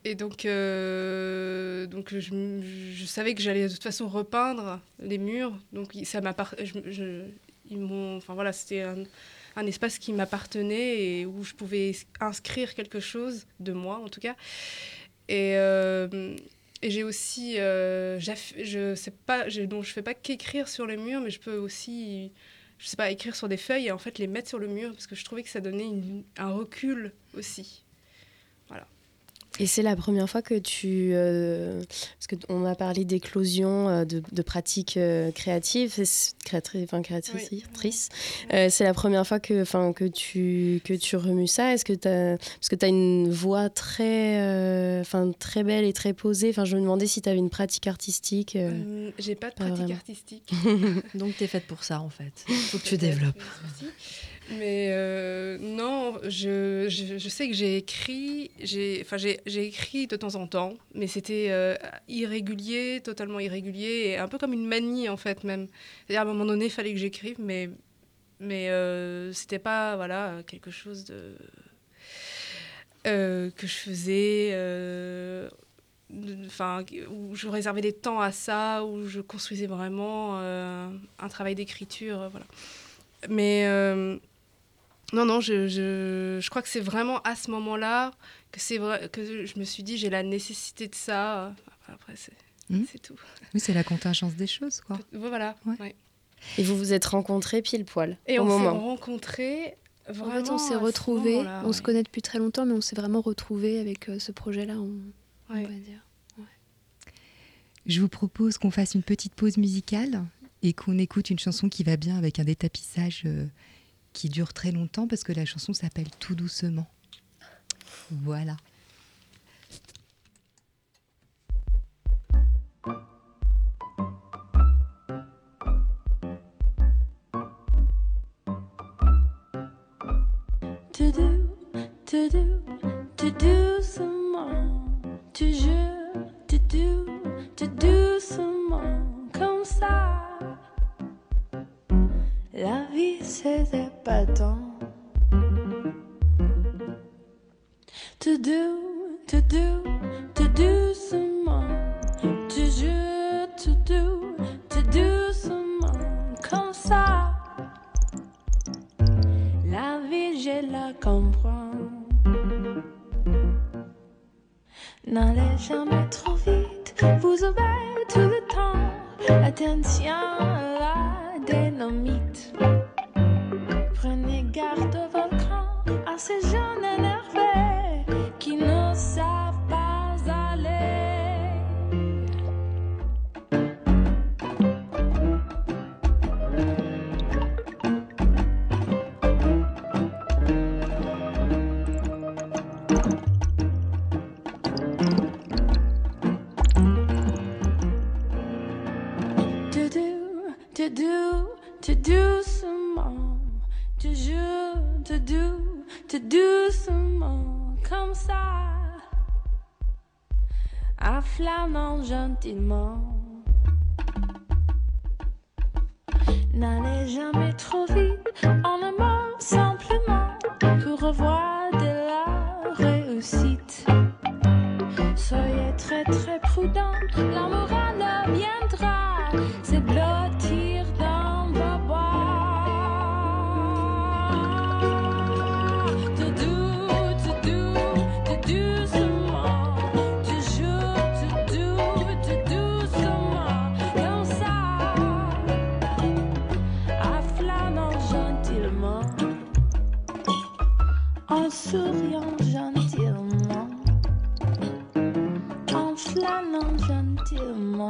Et donc je savais que j'allais de toute façon repeindre les murs. Donc ça enfin voilà, c'était un espace qui m'appartenait et où je pouvais inscrire quelque chose de moi en tout cas. Et j'ai aussi, je fais pas qu'écrire sur les murs, mais je peux aussi, je sais pas, écrire sur des feuilles et en fait les mettre sur le mur parce que je trouvais que ça donnait un recul aussi. Voilà. Et c'est la première fois que parce qu'on a parlé d'éclosion de pratiques créatives, créatrices. Oui. C'est la première fois que tu remues ça. Est-ce que parce que tu as une voix très belle et très posée. Je me demandais si tu avais une pratique artistique. J'ai pas de pratique artistique. Donc tu es faite pour ça en fait. Il faut que tu développes. Mais non, je sais que j'ai écrit de temps en temps, mais c'était irrégulier, totalement irrégulier, et un peu comme une manie en fait même. C'est-à-dire à un moment donné, il fallait que j'écrive, mais c'était pas quelque chose que je faisais, où je réservais des temps à ça, où je construisais vraiment un travail d'écriture, voilà. Mais non, je crois que c'est vraiment à ce moment-là que je me suis dit j'ai la nécessité de ça. Après, c'est tout. Oui, c'est la contingence des choses, quoi. Voilà. Ouais. Et vous vous êtes rencontrés pile poil. Et on s'est rencontrés vraiment. En fait, on s'est retrouvés. On se connaît depuis très longtemps, mais on s'est vraiment retrouvés avec ce projet-là, on va dire. Ouais. Je vous propose qu'on fasse une petite pause musicale et qu'on écoute une chanson qui va bien avec un détapissage qui dure très longtemps parce que la chanson s'appelle Tout doucement. Voilà. Tout doucement, toujours, tout doucement, comme ça. La vie c'est épatant. Tout doucement, toujours, tout doucement, comme ça. La vie je la comprends. N'allez jamais trop vite, vous aurez tout le temps. Attention à la dynamite. Prenez garde au volcan, à ces jeunes énervés qui ne savent pas aller. Tout doucement, toujours, tout doucement, comme ça, afflamant gentiment. N'allez jamais trop vite, en un mot simplement, pour revoir de la réussite. Soyez très très prudent, la morale viendra se blottir dans vos bois. Tout doucement, toujours tout doucement, comme ça, afflamant gentiment, en souriant gentiment, en flânant gentiment.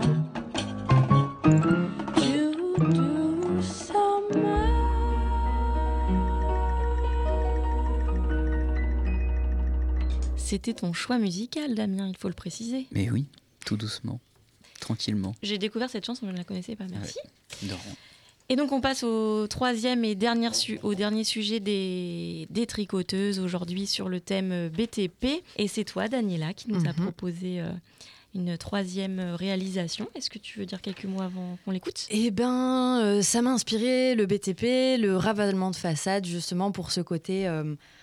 C'était ton choix musical, Damien, il faut le préciser. Mais oui, tout doucement, tranquillement. J'ai découvert cette chanson, je ne la connaissais pas, merci. Ouais, de rien. Et donc on passe au troisième et au dernier sujet des tricoteuses aujourd'hui sur le thème BTP. Et c'est toi, Daniela, qui nous a proposé une troisième réalisation. Est-ce que tu veux dire quelques mots avant qu'on l'écoute ? Eh bien, ça m'a inspiré le BTP, le ravalement de façade, justement pour ce côté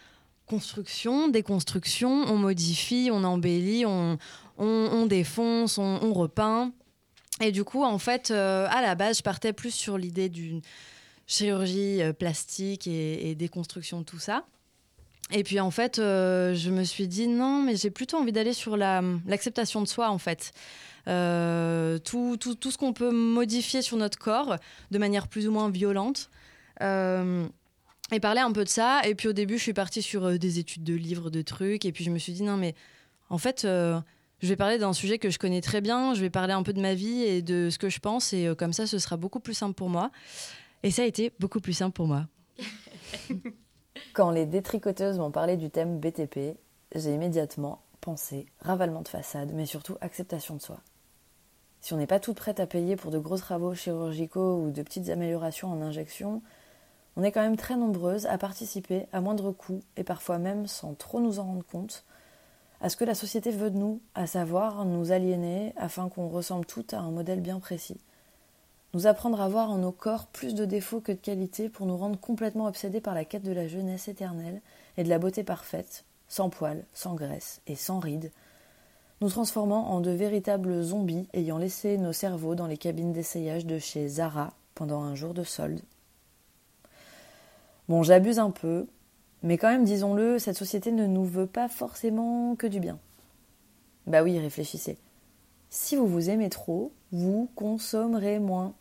construction, déconstruction, on modifie, on embellit, on défonce, on repeint. Et du coup, en fait, à la base, je partais plus sur l'idée d'une chirurgie plastique et déconstruction de tout ça. Et puis, en fait, je me suis dit, non, mais j'ai plutôt envie d'aller sur l'acceptation de soi, en fait. Tout ce qu'on peut modifier sur notre corps de manière plus ou moins violente. Et parler un peu de ça. Et puis, au début, je suis partie sur des études de livres, de trucs. Et puis, je me suis dit, non, mais en fait... je vais parler d'un sujet que je connais très bien, je vais parler un peu de ma vie et de ce que je pense, et comme ça, ce sera beaucoup plus simple pour moi. Et ça a été beaucoup plus simple pour moi. Quand les détricoteuses m'ont parlé du thème BTP, j'ai immédiatement pensé ravalement de façade, mais surtout acceptation de soi. Si on n'est pas toute prête à payer pour de gros travaux chirurgicaux ou de petites améliorations en injection, on est quand même très nombreuses à participer à moindre coût, et parfois même sans trop nous en rendre compte, à ce que la société veut de nous, à savoir nous aliéner afin qu'on ressemble toutes à un modèle bien précis. Nous apprendre à voir en nos corps plus de défauts que de qualités pour nous rendre complètement obsédés par la quête de la jeunesse éternelle et de la beauté parfaite, sans poils, sans graisse et sans rides, nous transformant en de véritables zombies ayant laissé nos cerveaux dans les cabines d'essayage de chez Zara pendant un jour de solde. Bon, j'abuse un peu, mais quand même, disons-le, cette société ne nous veut pas forcément que du bien. Bah oui, réfléchissez. Si vous vous aimez trop, vous consommerez moins.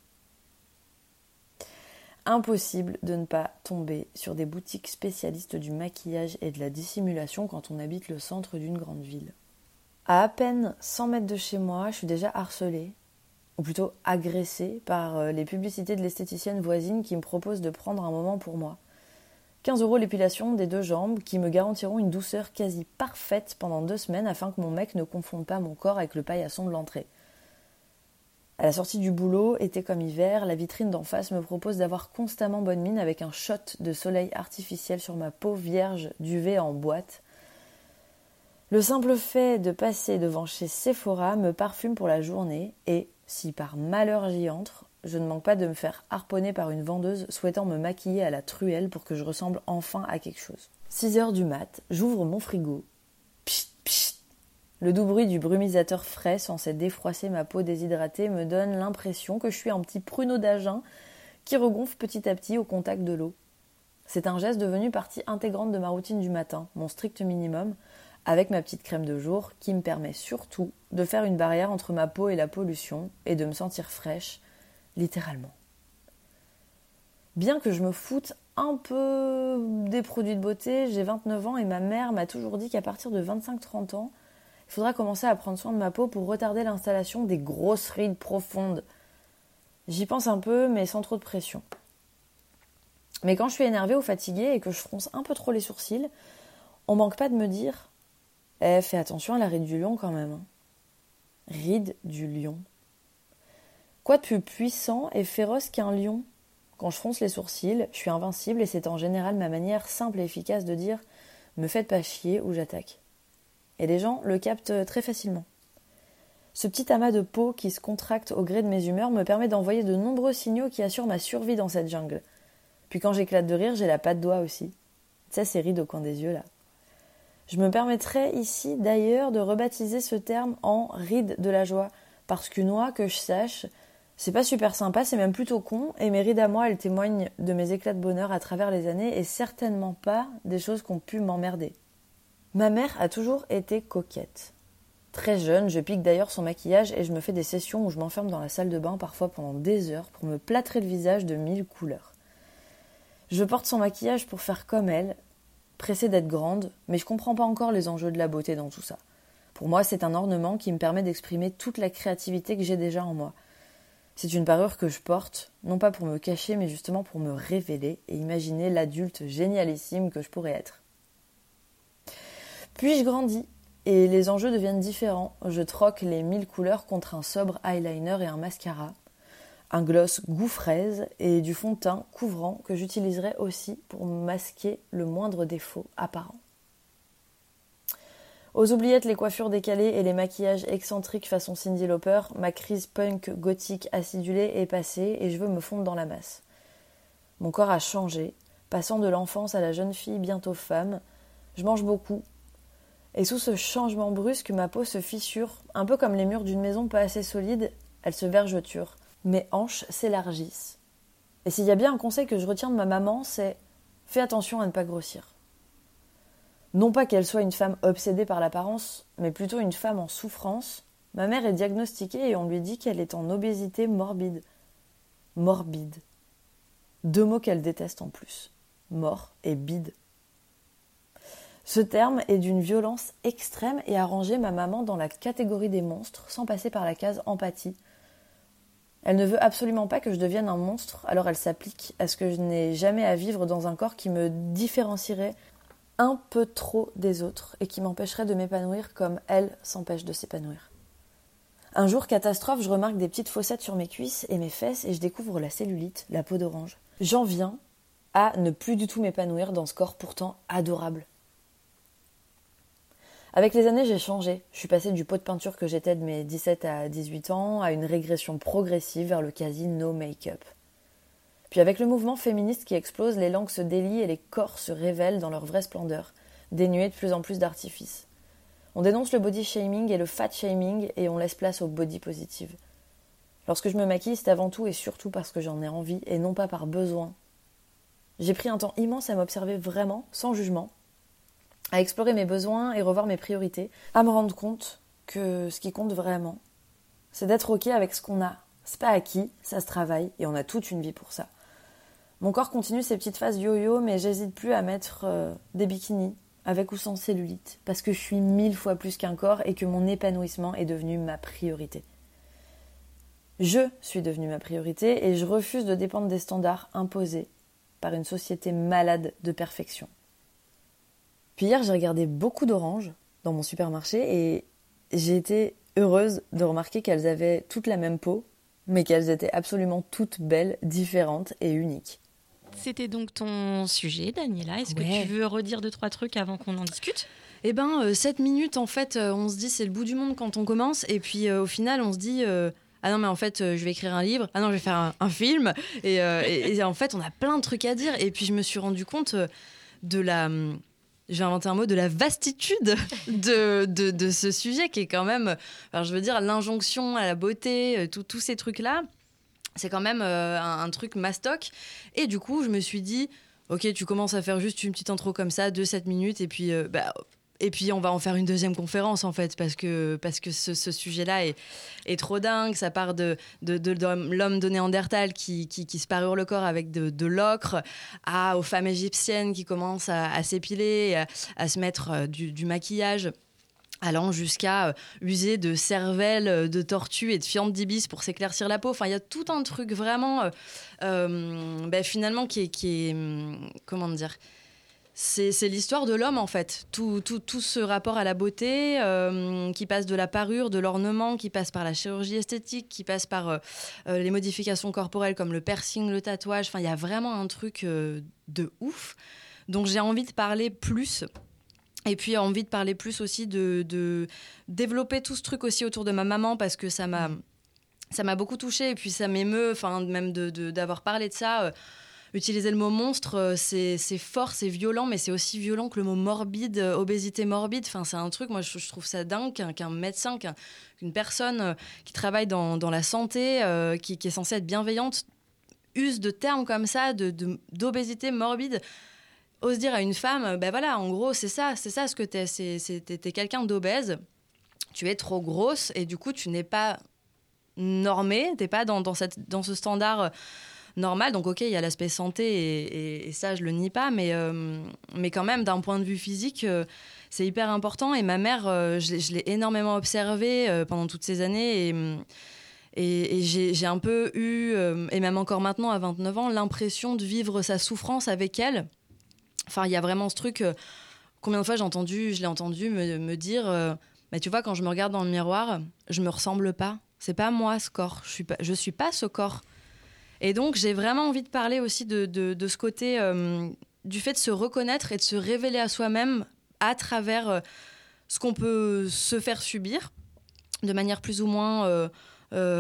Impossible de ne pas tomber sur des boutiques spécialistes du maquillage et de la dissimulation quand on habite le centre d'une grande ville. À peine 100 mètres de chez moi, je suis déjà harcelée, ou plutôt agressée par les publicités de l'esthéticienne voisine qui me propose de prendre un moment pour moi. 15 € l'épilation des 2 jambes qui me garantiront une douceur quasi parfaite pendant 2 semaines afin que mon mec ne confonde pas mon corps avec le paillasson de l'entrée. À la sortie du boulot, été comme hiver, la vitrine d'en face me propose d'avoir constamment bonne mine avec un shot de soleil artificiel sur ma peau vierge duvet en boîte. Le simple fait de passer devant chez Sephora me parfume pour la journée et, si par malheur j'y entre, je ne manque pas de me faire harponner par une vendeuse souhaitant me maquiller à la truelle pour que je ressemble enfin à quelque chose. 6h du mat, j'ouvre mon frigo. Pchit, pchit. Le doux bruit du brumisateur frais censé défroisser ma peau déshydratée me donne l'impression que je suis un petit pruneau d'Agen qui regonfle petit à petit au contact de l'eau. C'est un geste devenu partie intégrante de ma routine du matin, mon strict minimum, avec ma petite crème de jour qui me permet surtout de faire une barrière entre ma peau et la pollution et de me sentir fraîche, littéralement. Bien que je me foute un peu des produits de beauté, j'ai 29 ans et ma mère m'a toujours dit qu'à partir de 25-30 ans, il faudra commencer à prendre soin de ma peau pour retarder l'installation des grosses rides profondes. J'y pense un peu, mais sans trop de pression. Mais quand je suis énervée ou fatiguée et que je fronce un peu trop les sourcils, on manque pas de me dire « fais attention à la ride du lion quand même. » Ride du lion. Quoi de plus puissant et féroce qu'un lion ? Quand je fronce les sourcils, je suis invincible et c'est en général ma manière simple et efficace de dire « me faites pas chier » ou j'attaque. Et les gens le captent très facilement. Ce petit amas de peau qui se contracte au gré de mes humeurs me permet d'envoyer de nombreux signaux qui assurent ma survie dans cette jungle. Puis quand j'éclate de rire, j'ai la patte d'oie aussi. Tu sais, ces rides au coin des yeux là. Je me permettrais ici d'ailleurs de rebaptiser ce terme en ride de la joie, parce qu'une oie, que je sache, c'est pas super sympa, c'est même plutôt con, et mes rides à moi, elles témoignent de mes éclats de bonheur à travers les années, et certainement pas des choses qui ont pu m'emmerder. Ma mère a toujours été coquette. Très jeune, je pique d'ailleurs son maquillage et je me fais des sessions où je m'enferme dans la salle de bain parfois pendant des heures pour me plâtrer le visage de 1000 couleurs. Je porte son maquillage pour faire comme elle, pressée d'être grande, mais je comprends pas encore les enjeux de la beauté dans tout ça. Pour moi, c'est un ornement qui me permet d'exprimer toute la créativité que j'ai déjà en moi. C'est une parure que je porte, non pas pour me cacher, mais justement pour me révéler et imaginer l'adulte génialissime que je pourrais être. Puis je grandis, et les enjeux deviennent différents. Je troque les 1000 couleurs contre un sobre eyeliner et un mascara, un gloss goût fraise et du fond de teint couvrant que j'utiliserai aussi pour masquer le moindre défaut apparent. Aux oubliettes, les coiffures décalées et les maquillages excentriques façon Cyndi Lauper, ma crise punk gothique acidulée est passée et je veux me fondre dans la masse. Mon corps a changé, passant de l'enfance à la jeune fille bientôt femme, Je mange beaucoup. Et sous ce changement brusque, ma peau se fissure, un peu comme les murs d'une maison pas assez solide, elle se vergeture. Mes hanches s'élargissent. Et s'il y a bien un conseil que je retiens de ma maman, c'est « fais attention à ne pas grossir ». Non pas qu'elle soit une femme obsédée par l'apparence, mais plutôt une femme en souffrance. Ma mère est diagnostiquée et on lui dit qu'elle est en obésité morbide. Morbide. 2 mots qu'elle déteste en plus. Mort et bide. Ce terme est d'une violence extrême et a rangé ma maman dans la catégorie des monstres sans passer par la case empathie. Elle ne veut absolument pas que je devienne un monstre, alors elle s'applique à ce que je n'ai jamais à vivre dans un corps qui me différencierait un peu trop des autres et qui m'empêcherait de m'épanouir comme elle s'empêche de s'épanouir. Un jour, catastrophe, je remarque des petites fossettes sur mes cuisses et mes fesses et je découvre la cellulite, la peau d'orange. J'en viens à ne plus du tout m'épanouir dans ce corps pourtant adorable. Avec les années, j'ai changé. Je suis passée du pot de peinture que j'étais de mes 17 à 18 ans à une régression progressive vers le quasi no make-up. Puis avec le mouvement féministe qui explose, les langues se délient et les corps se révèlent dans leur vraie splendeur, dénués de plus en plus d'artifices. On dénonce le body shaming et le fat shaming et on laisse place au body positive. Lorsque je me maquille, c'est avant tout et surtout parce que j'en ai envie et non pas par besoin. J'ai pris un temps immense à m'observer vraiment, sans jugement, à explorer mes besoins et revoir mes priorités, à me rendre compte que ce qui compte vraiment, c'est d'être ok avec ce qu'on a. C'est pas acquis, ça se travaille et on a toute une vie pour ça. Mon corps continue ses petites phases yo-yo, mais j'hésite plus à mettre des bikinis, avec ou sans cellulite, parce que je suis 1000 fois plus qu'un corps et que mon épanouissement est devenu ma priorité. Je suis devenue ma priorité et je refuse de dépendre des standards imposés par une société malade de perfection. Puis hier, j'ai regardé beaucoup d'oranges dans mon supermarché et j'ai été heureuse de remarquer qu'elles avaient toutes la même peau, mais qu'elles étaient absolument toutes belles, différentes et uniques. C'était donc ton sujet, Daniela. Est-ce que tu veux redire 2-3 trucs avant qu'on en discute ? 7 minutes, en fait, on se dit c'est le bout du monde quand on commence. Et puis au final, on se dit ah non, mais en fait, je vais écrire un livre. Ah non, je vais faire un film. Et en fait, on a plein de trucs à dire. Et puis je me suis rendu compte de la... Je vais inventer un mot, de la vastitude de ce sujet qui est quand même... Alors, je veux dire, l'injonction à la beauté, tous ces trucs-là. C'est quand même un truc mastoc. Et du coup, je me suis dit, ok, tu commences à faire juste une petite intro comme ça, 7 minutes, et puis on va en faire une deuxième conférence, en fait, parce que ce sujet-là est trop dingue. Ça part de l'homme de Néandertal qui se parure le corps avec de l'ocre, aux femmes égyptiennes qui commencent à s'épiler, à se mettre du maquillage, allant jusqu'à user de cervelle, de tortue et de fientes d'ibis pour s'éclaircir la peau. Enfin, il y a tout un truc vraiment, finalement, qui est comment dire, c'est l'histoire de l'homme, en fait. Tout ce rapport à la beauté qui passe de la parure, de l'ornement, qui passe par la chirurgie esthétique, qui passe par les modifications corporelles comme le piercing, le tatouage. Enfin, il y a vraiment un truc de ouf. Donc, j'ai envie de parler plus. Et puis, envie de parler plus aussi de développer tout ce truc aussi autour de ma maman, parce que ça m'a beaucoup touchée. Et puis, ça m'émeut, même d'avoir parlé de ça. Utiliser le mot monstre, c'est fort, c'est violent, mais c'est aussi violent que le mot morbide, obésité morbide. Enfin, c'est un truc, moi, je trouve ça dingue qu'un médecin, qu'une personne qui travaille dans la santé, qui est censée être bienveillante, use de termes comme ça, d'obésité morbide. Ose dire à une femme, en gros, c'est ça ce que t'es. T'es quelqu'un d'obèse, tu es trop grosse et du coup, tu n'es pas normée, t'es pas dans ce standard normal. Donc, ok, il y a l'aspect santé et ça, je le nie pas, mais quand même, d'un point de vue physique, c'est hyper important. Et ma mère, je l'ai énormément observée pendant toutes ces années et j'ai un peu eu, et même encore maintenant à 29 ans, l'impression de vivre sa souffrance avec elle. Enfin, il y a vraiment ce truc, combien de fois je l'ai entendu me dire, tu vois, quand je me regarde dans le miroir, je me ressemble pas. C'est pas moi ce corps, je suis pas ce corps. Et donc, j'ai vraiment envie de parler aussi de ce côté, du fait de se reconnaître et de se révéler à soi-même à travers ce qu'on peut se faire subir, de manière plus ou moins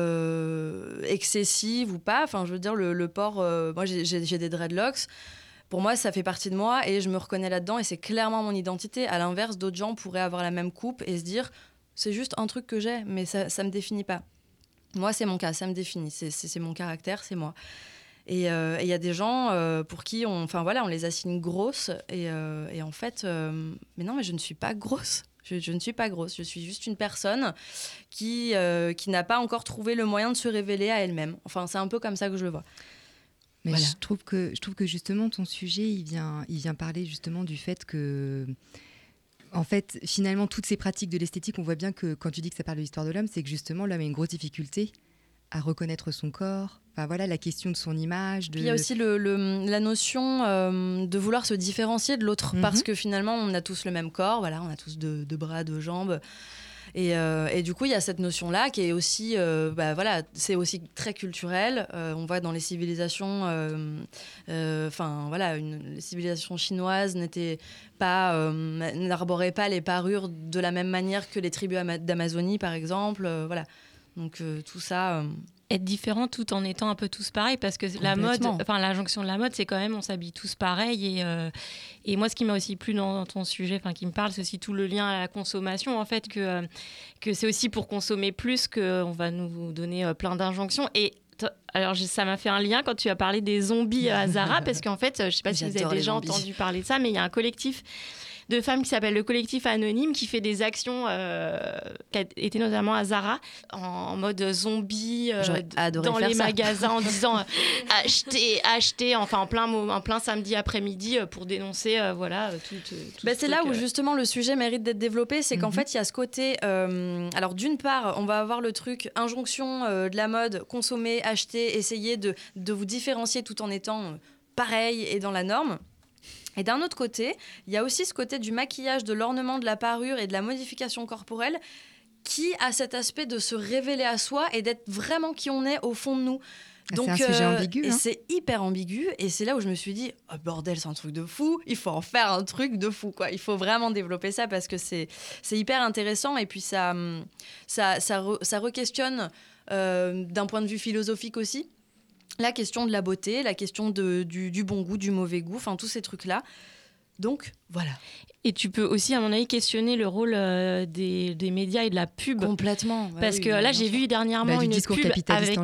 excessive ou pas. Enfin, je veux dire, le port, moi j'ai des dreadlocks. Pour moi, ça fait partie de moi et je me reconnais là-dedans et c'est clairement mon identité. À l'inverse, d'autres gens pourraient avoir la même coupe et se dire c'est juste un truc que j'ai, mais ça me définit pas. Moi, c'est mon cas, ça me définit. C'est mon caractère, c'est moi. Et il y a des gens pour qui on les assigne grosses et en fait, mais non, mais je ne suis pas grosse. Je ne suis pas grosse. Je suis juste une personne qui n'a pas encore trouvé le moyen de se révéler à elle-même. Enfin, c'est un peu comme ça que je le vois. Mais Voilà. je trouve que justement ton sujet il vient parler justement du fait que en fait finalement toutes ces pratiques de l'esthétique, on voit bien que quand tu dis que ça parle de l'histoire de l'homme, c'est que justement l'homme a une grosse difficulté à reconnaître son corps. Enfin voilà, la question de son image. Puis il y a aussi la notion de vouloir se différencier de l'autre parce que finalement on a tous le même corps, voilà, on a tous deux bras, deux jambes. Et du coup, il y a cette notion-là qui est aussi, c'est aussi très culturel. On voit dans les civilisations, les civilisations chinoises n'arboraient pas les parures de la même manière que les tribus d'Amazonie, par exemple. Voilà. Donc tout ça. Être différent tout en étant un peu tous pareils, parce que la mode, enfin l'injonction de la mode, c'est quand même on s'habille tous pareil. Et moi, ce qui m'a aussi plu dans ton sujet, enfin qui me parle, c'est aussi tout le lien à la consommation, en fait, que c'est aussi pour consommer plus qu'on va nous donner plein d'injonctions. Et alors ça m'a fait un lien quand tu as parlé des zombies à Zara, parce qu'en fait, je sais pas si vous avez déjà entendu parler de ça, mais il y a un collectif de femmes qui s'appelle le collectif Anonyme, qui fait des actions qui a été notamment à Zara en mode zombie dans les magasins en disant achetez enfin en plein samedi après-midi pour dénoncer tout c'est là où justement le sujet mérite d'être développé, c'est qu'en fait il y a ce côté alors d'une part on va avoir le truc injonction de la mode, consommer, acheter, essayer de vous différencier tout en étant pareil et dans la norme. Et d'un autre côté, il y a aussi ce côté du maquillage, de l'ornement, de la parure et de la modification corporelle qui a cet aspect de se révéler à soi et d'être vraiment qui on est au fond de nous. Donc, c'est un sujet ambigu. Et c'est hyper ambigu. Et c'est là où je me suis dit, oh, bordel, c'est un truc de fou. Il faut en faire un truc de fou, quoi. Il faut vraiment développer ça parce que c'est hyper intéressant. Et puis ça re-questionne d'un point de vue philosophique aussi. La question de la beauté, la question du bon goût, du mauvais goût, enfin tous ces trucs-là. Donc, voilà. Et tu peux aussi, à mon avis, questionner le rôle des médias et de la pub. Complètement. Parce que là, j'ai vu dernièrement une pub avec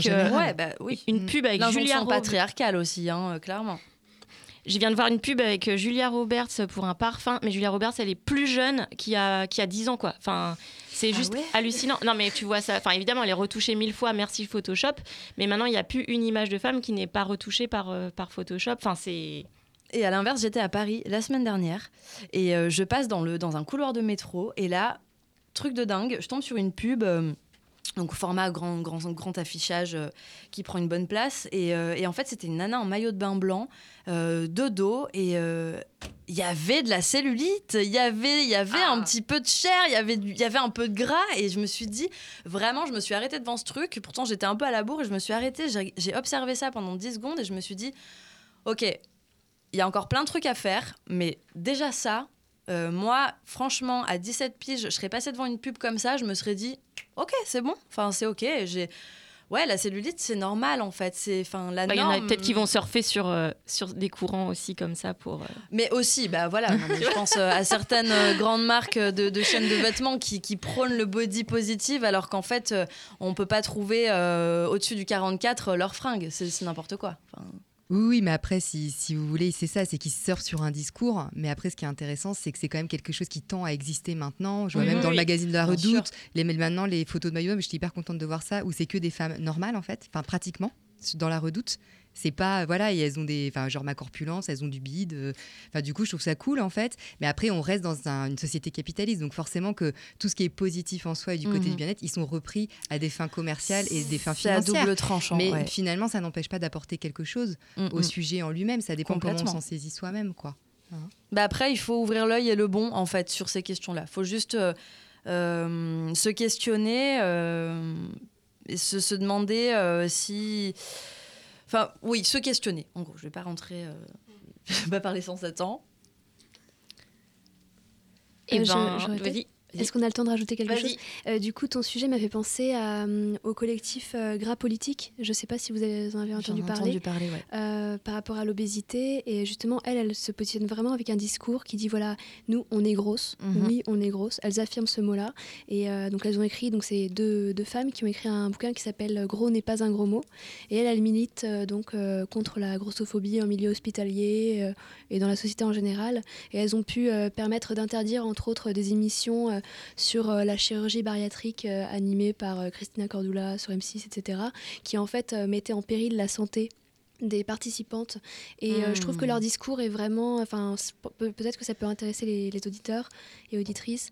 une pub avec Julia Roberts. Patriarcale aussi, clairement. Je viens de voir une pub avec Julia Roberts pour un parfum, mais Julia Roberts, elle est plus jeune qu'il y a 10 ans, quoi. Enfin, c'est juste hallucinant. Non, mais tu vois ça. Enfin, évidemment, elle est retouchée 1000 fois, merci Photoshop. Mais maintenant, il n'y a plus une image de femme qui n'est pas retouchée par Photoshop. Enfin, c'est... Et à l'inverse, j'étais à Paris la semaine dernière et je passe dans un couloir de métro et là, truc de dingue, je tombe sur une pub... donc format grand affichage qui prend une bonne place et en fait c'était une nana en maillot de bain blanc de dos et il y avait de la cellulite, il y avait un petit peu de chair, il y avait un peu de gras et je me suis dit vraiment, je me suis arrêtée devant ce truc, pourtant j'étais un peu à la bourre et je me suis arrêtée, j'ai observé ça pendant 10 secondes et je me suis dit ok, il y a encore plein de trucs à faire mais déjà ça moi, franchement, à 17 piges, je serais passée devant une pub comme ça, je me serais dit, ok, c'est bon, enfin, c'est ok. Ouais, la cellulite, c'est normal, en fait. C'est, la norme... Il y en a peut-être qui vont surfer sur des courants aussi, comme ça, pour... Mais aussi, voilà. Non, mais je pense à certaines grandes marques de chaînes de vêtements qui prônent le body positive, alors qu'en fait, on peut pas trouver au-dessus du 44 leurs fringues. C'est n'importe quoi. Oui, mais après, si vous voulez, c'est ça, c'est qu'ils surfent sur un discours. Mais après, ce qui est intéressant, c'est que c'est quand même quelque chose qui tend à exister maintenant. Je vois même dans le magazine de la Redoute, maintenant, les photos de maillot, mais j'étais hyper contente de voir ça, où c'est que des femmes normales, en fait, enfin, pratiquement, dans la Redoute. C'est pas, et elles ont genre ma corpulence, elles ont du bide. Du coup, je trouve ça cool, en fait. Mais après, on reste dans une société capitaliste. Donc, forcément, que tout ce qui est positif en soi et du côté du bien-être, ils sont repris à des fins commerciales et des fins financières. C'est à double tranchant. Mais finalement, ça n'empêche pas d'apporter quelque chose au sujet en lui-même. Ça dépend comment on s'en saisit soi-même, quoi. Après, il faut ouvrir l'œil et le bon, en fait, sur ces questions-là. Il faut juste se questionner et se demander si... Enfin, oui, se questionner. En gros, je vais pas rentrer... je vais pas parler sans attendre. Vas-y. Est-ce qu'on a le temps de rajouter quelque Vas-y. chose? Du coup, ton sujet m'a fait penser au collectif Gras Politique. Je ne sais pas si vous en avez entendu parler. Par rapport à l'obésité. Et justement, elle se positionne vraiment avec un discours qui dit, voilà, nous, on est grosses. Oui, on est grosses. Elles affirment ce mot-là. Et donc, elles ont écrit, donc c'est deux femmes qui ont écrit un bouquin qui s'appelle « Gros n'est pas un gros mot ». Et elle milite contre la grossophobie en milieu hospitalier et dans la société en général. Et elles ont pu permettre d'interdire, entre autres, des émissions sur la chirurgie bariatrique animée par Christina Cordula sur M6, etc., qui en fait mettait en péril la santé des participantes. Et je trouve que leur discours est vraiment... peut-être que ça peut intéresser les auditeurs et auditrices.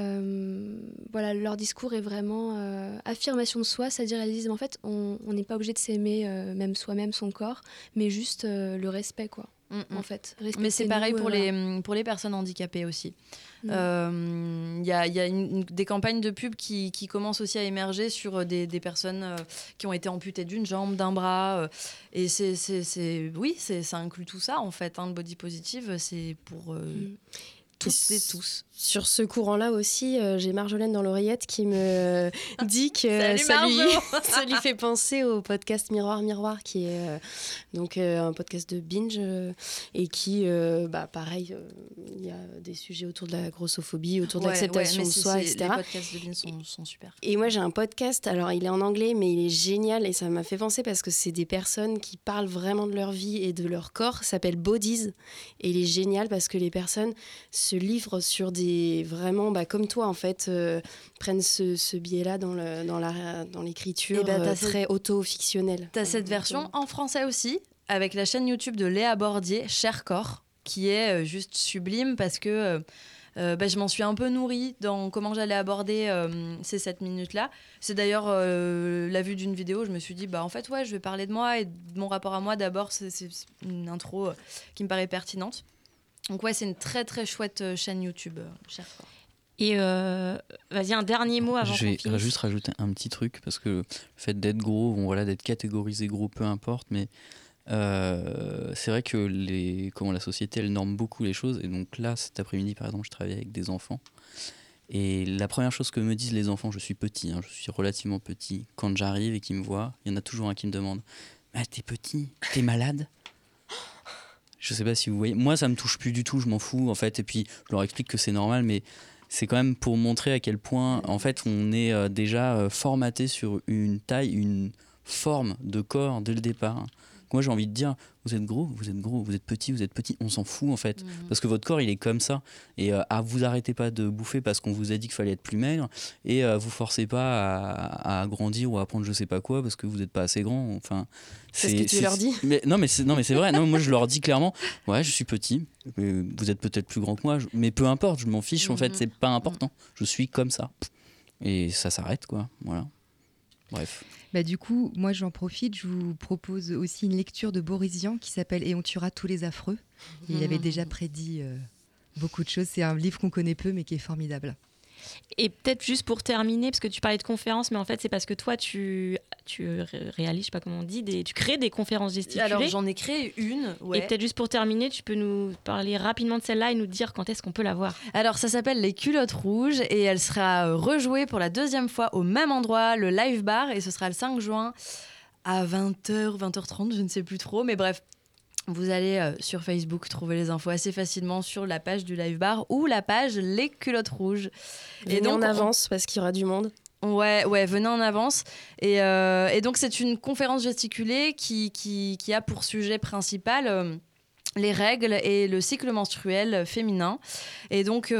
Voilà, leur discours est vraiment affirmation de soi, c'est-à-dire elles disent, en fait, on n'est pas obligé de s'aimer même soi-même, son corps, mais juste le respect, quoi. En fait, mais c'est pareil pour les personnes handicapées aussi. Il y a des campagnes de pub qui commencent aussi à émerger sur des personnes qui ont été amputées d'une jambe, d'un bras. Et ça inclut tout ça, en fait. Le body positive, c'est pour... toutes et tous. Sur ce courant-là aussi, j'ai Marjolaine dans l'oreillette qui me dit que ça lui fait penser au podcast Miroir Miroir, qui est donc un podcast de Binge et qui, pareil, il y a des sujets autour de la grossophobie, autour de l'acceptation de soi, etc. Les podcasts de Binge sont super. Et moi, j'ai un podcast, alors il est en anglais, mais il est génial et ça m'a fait penser parce que c'est des personnes qui parlent vraiment de leur vie et de leur corps. Ça s'appelle Bodies et il est génial parce que les personnes se livrent sur des... vraiment, comme toi, en fait, prennent ce biais-là dans l'écriture très auto-fictionnelle. T'as cette version en français aussi, avec la chaîne YouTube de Léa Bordier, Cher Corps, qui est juste sublime parce que je m'en suis un peu nourrie dans comment j'allais aborder ces 7 minutes-là. C'est d'ailleurs la vue d'une vidéo, je me suis dit, en fait, je vais parler de moi et de mon rapport à moi. D'abord, c'est une intro qui me paraît pertinente. Donc c'est une très très chouette chaîne YouTube, Cher Corps. Et vas-y, un dernier mot avant qu'on finisse. Je vais juste rajouter un petit truc, parce que le fait d'être gros, d'être catégorisé gros, peu importe, mais c'est vrai que la société, elle norme beaucoup les choses. Et donc là, cet après-midi, par exemple, je travaillais avec des enfants. Et la première chose que me disent les enfants, je suis petit, je suis relativement petit. Quand j'arrive et qu'ils me voient, il y en a toujours un qui me demande « Mais t'es petit, t'es malade ?» Je sais pas si vous voyez. Moi, ça me touche plus du tout, je m'en fous, en fait. Et puis, je leur explique que c'est normal, mais c'est quand même pour montrer à quel point, en fait, on est déjà formaté sur une taille, une forme de corps dès le départ. Moi, j'ai envie de dire, vous êtes gros, vous êtes petit, on s'en fout, en fait. Parce que votre corps, il est comme ça. Et vous arrêtez pas de bouffer parce qu'on vous a dit qu'il fallait être plus maigre. Et vous forcez pas à grandir ou à prendre je sais pas quoi parce que vous n'êtes pas assez grand. Enfin, c'est ce que tu leur dis. Mais c'est vrai. Non, moi, je leur dis clairement, ouais, je suis petit. Vous êtes peut-être plus grand que moi. Mais peu importe, je m'en fiche. En fait, c'est pas important. Je suis comme ça. Et ça s'arrête, quoi. Voilà. Bref. Du coup, moi j'en profite, je vous propose aussi une lecture de Boris Vian qui s'appelle « Et on tuera tous les affreux ». Il avait déjà prédit beaucoup de choses. C'est un livre qu'on connaît peu mais qui est formidable. Et peut-être juste pour terminer, parce que tu parlais de conférences, mais en fait c'est parce que toi tu réalises, je sais pas comment on dit, tu crées des conférences gesticulées. Alors j'en ai créé une, ouais. Et peut-être juste pour terminer, tu peux nous parler rapidement de celle-là et nous dire quand est-ce qu'on peut la voir. Alors ça s'appelle Les Culottes Rouges et elle sera rejouée pour la 2e fois au même endroit, le Live Bar, et ce sera le 5 juin à 20h, 20h30, je ne sais plus trop, mais bref. Vous allez sur Facebook trouver les infos assez facilement sur la page du Live Bar ou la page Les Culottes Rouges. Et donc en avance parce qu'il y aura du monde. Ouais, venez en avance. Et donc c'est une conférence gesticulée qui a pour sujet principal les règles et le cycle menstruel féminin. Et donc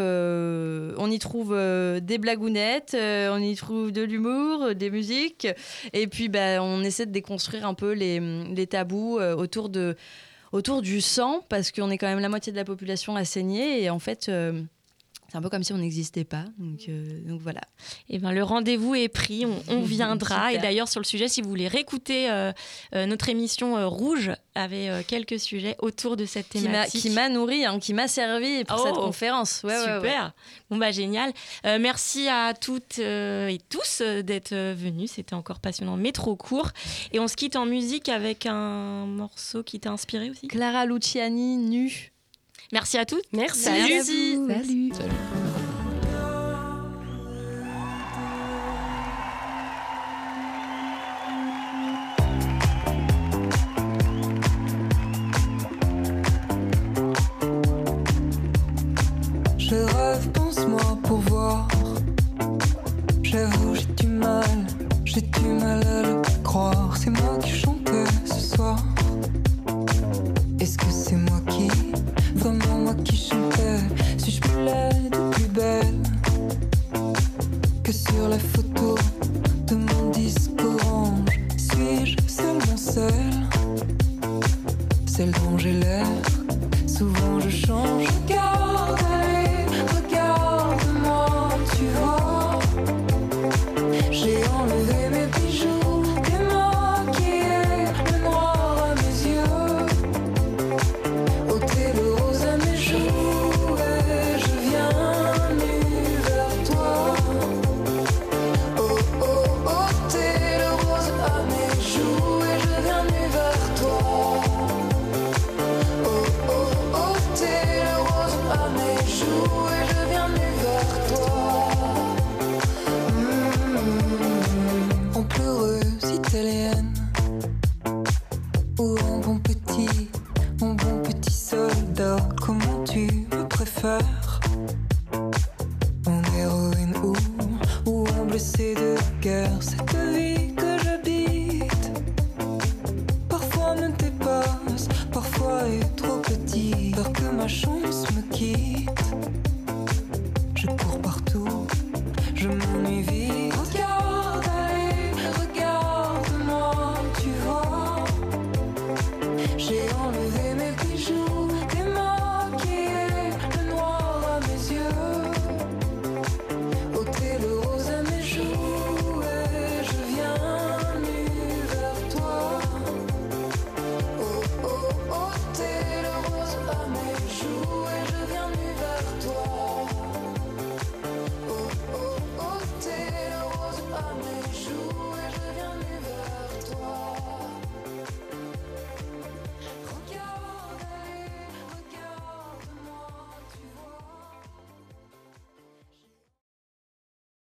on y trouve des blagounettes, on y trouve de l'humour, des musiques. Et puis on essaie de déconstruire un peu les tabous autour du sang, parce qu'on est quand même la moitié de la population à saigner, et en fait, c'est un peu comme si on n'existait pas. Donc voilà. Et le rendez-vous est pris, on viendra. Super. Et d'ailleurs, sur le sujet, si vous voulez réécouter notre émission Rouge, avait quelques sujets autour de cette thématique. Qui m'a nourri, qui m'a servi pour cette conférence. Ouais, super. Ouais. Bon, génial. Merci à toutes et tous d'être venus. C'était encore passionnant, mais trop court. Et on se quitte en musique avec un morceau qui t'a inspiré aussi. Clara Luciani, Nue. Merci à toutes. Merci. Salut. Salut. Salut. j'ai du mal à le croire. C'est moi qui chantais ce soir. Est-ce que c'est moi qui, vraiment moi qui chantais? Suis-je plus laide ou plus belle que sur la photo de mon disque orange? Suis-je seulement celle dont j'ai l'air? Souvent je change. Regarde, allez, regarde-moi, tu vois. J'ai enlevé mes bijoux, démaquillé le noir à mes yeux, ôté le rose à mes joues, et je viens nu vers toi. Oh oh, ôté le rose à mes joues, et je viens nu vers toi. Oh oh, ôté le rose à mes joues, et je viens nu vers toi. En pleureuse italienne, ou en bon petit soldat, comment tu me préfères? En héroïne ou en blessé de guerre? Cette vie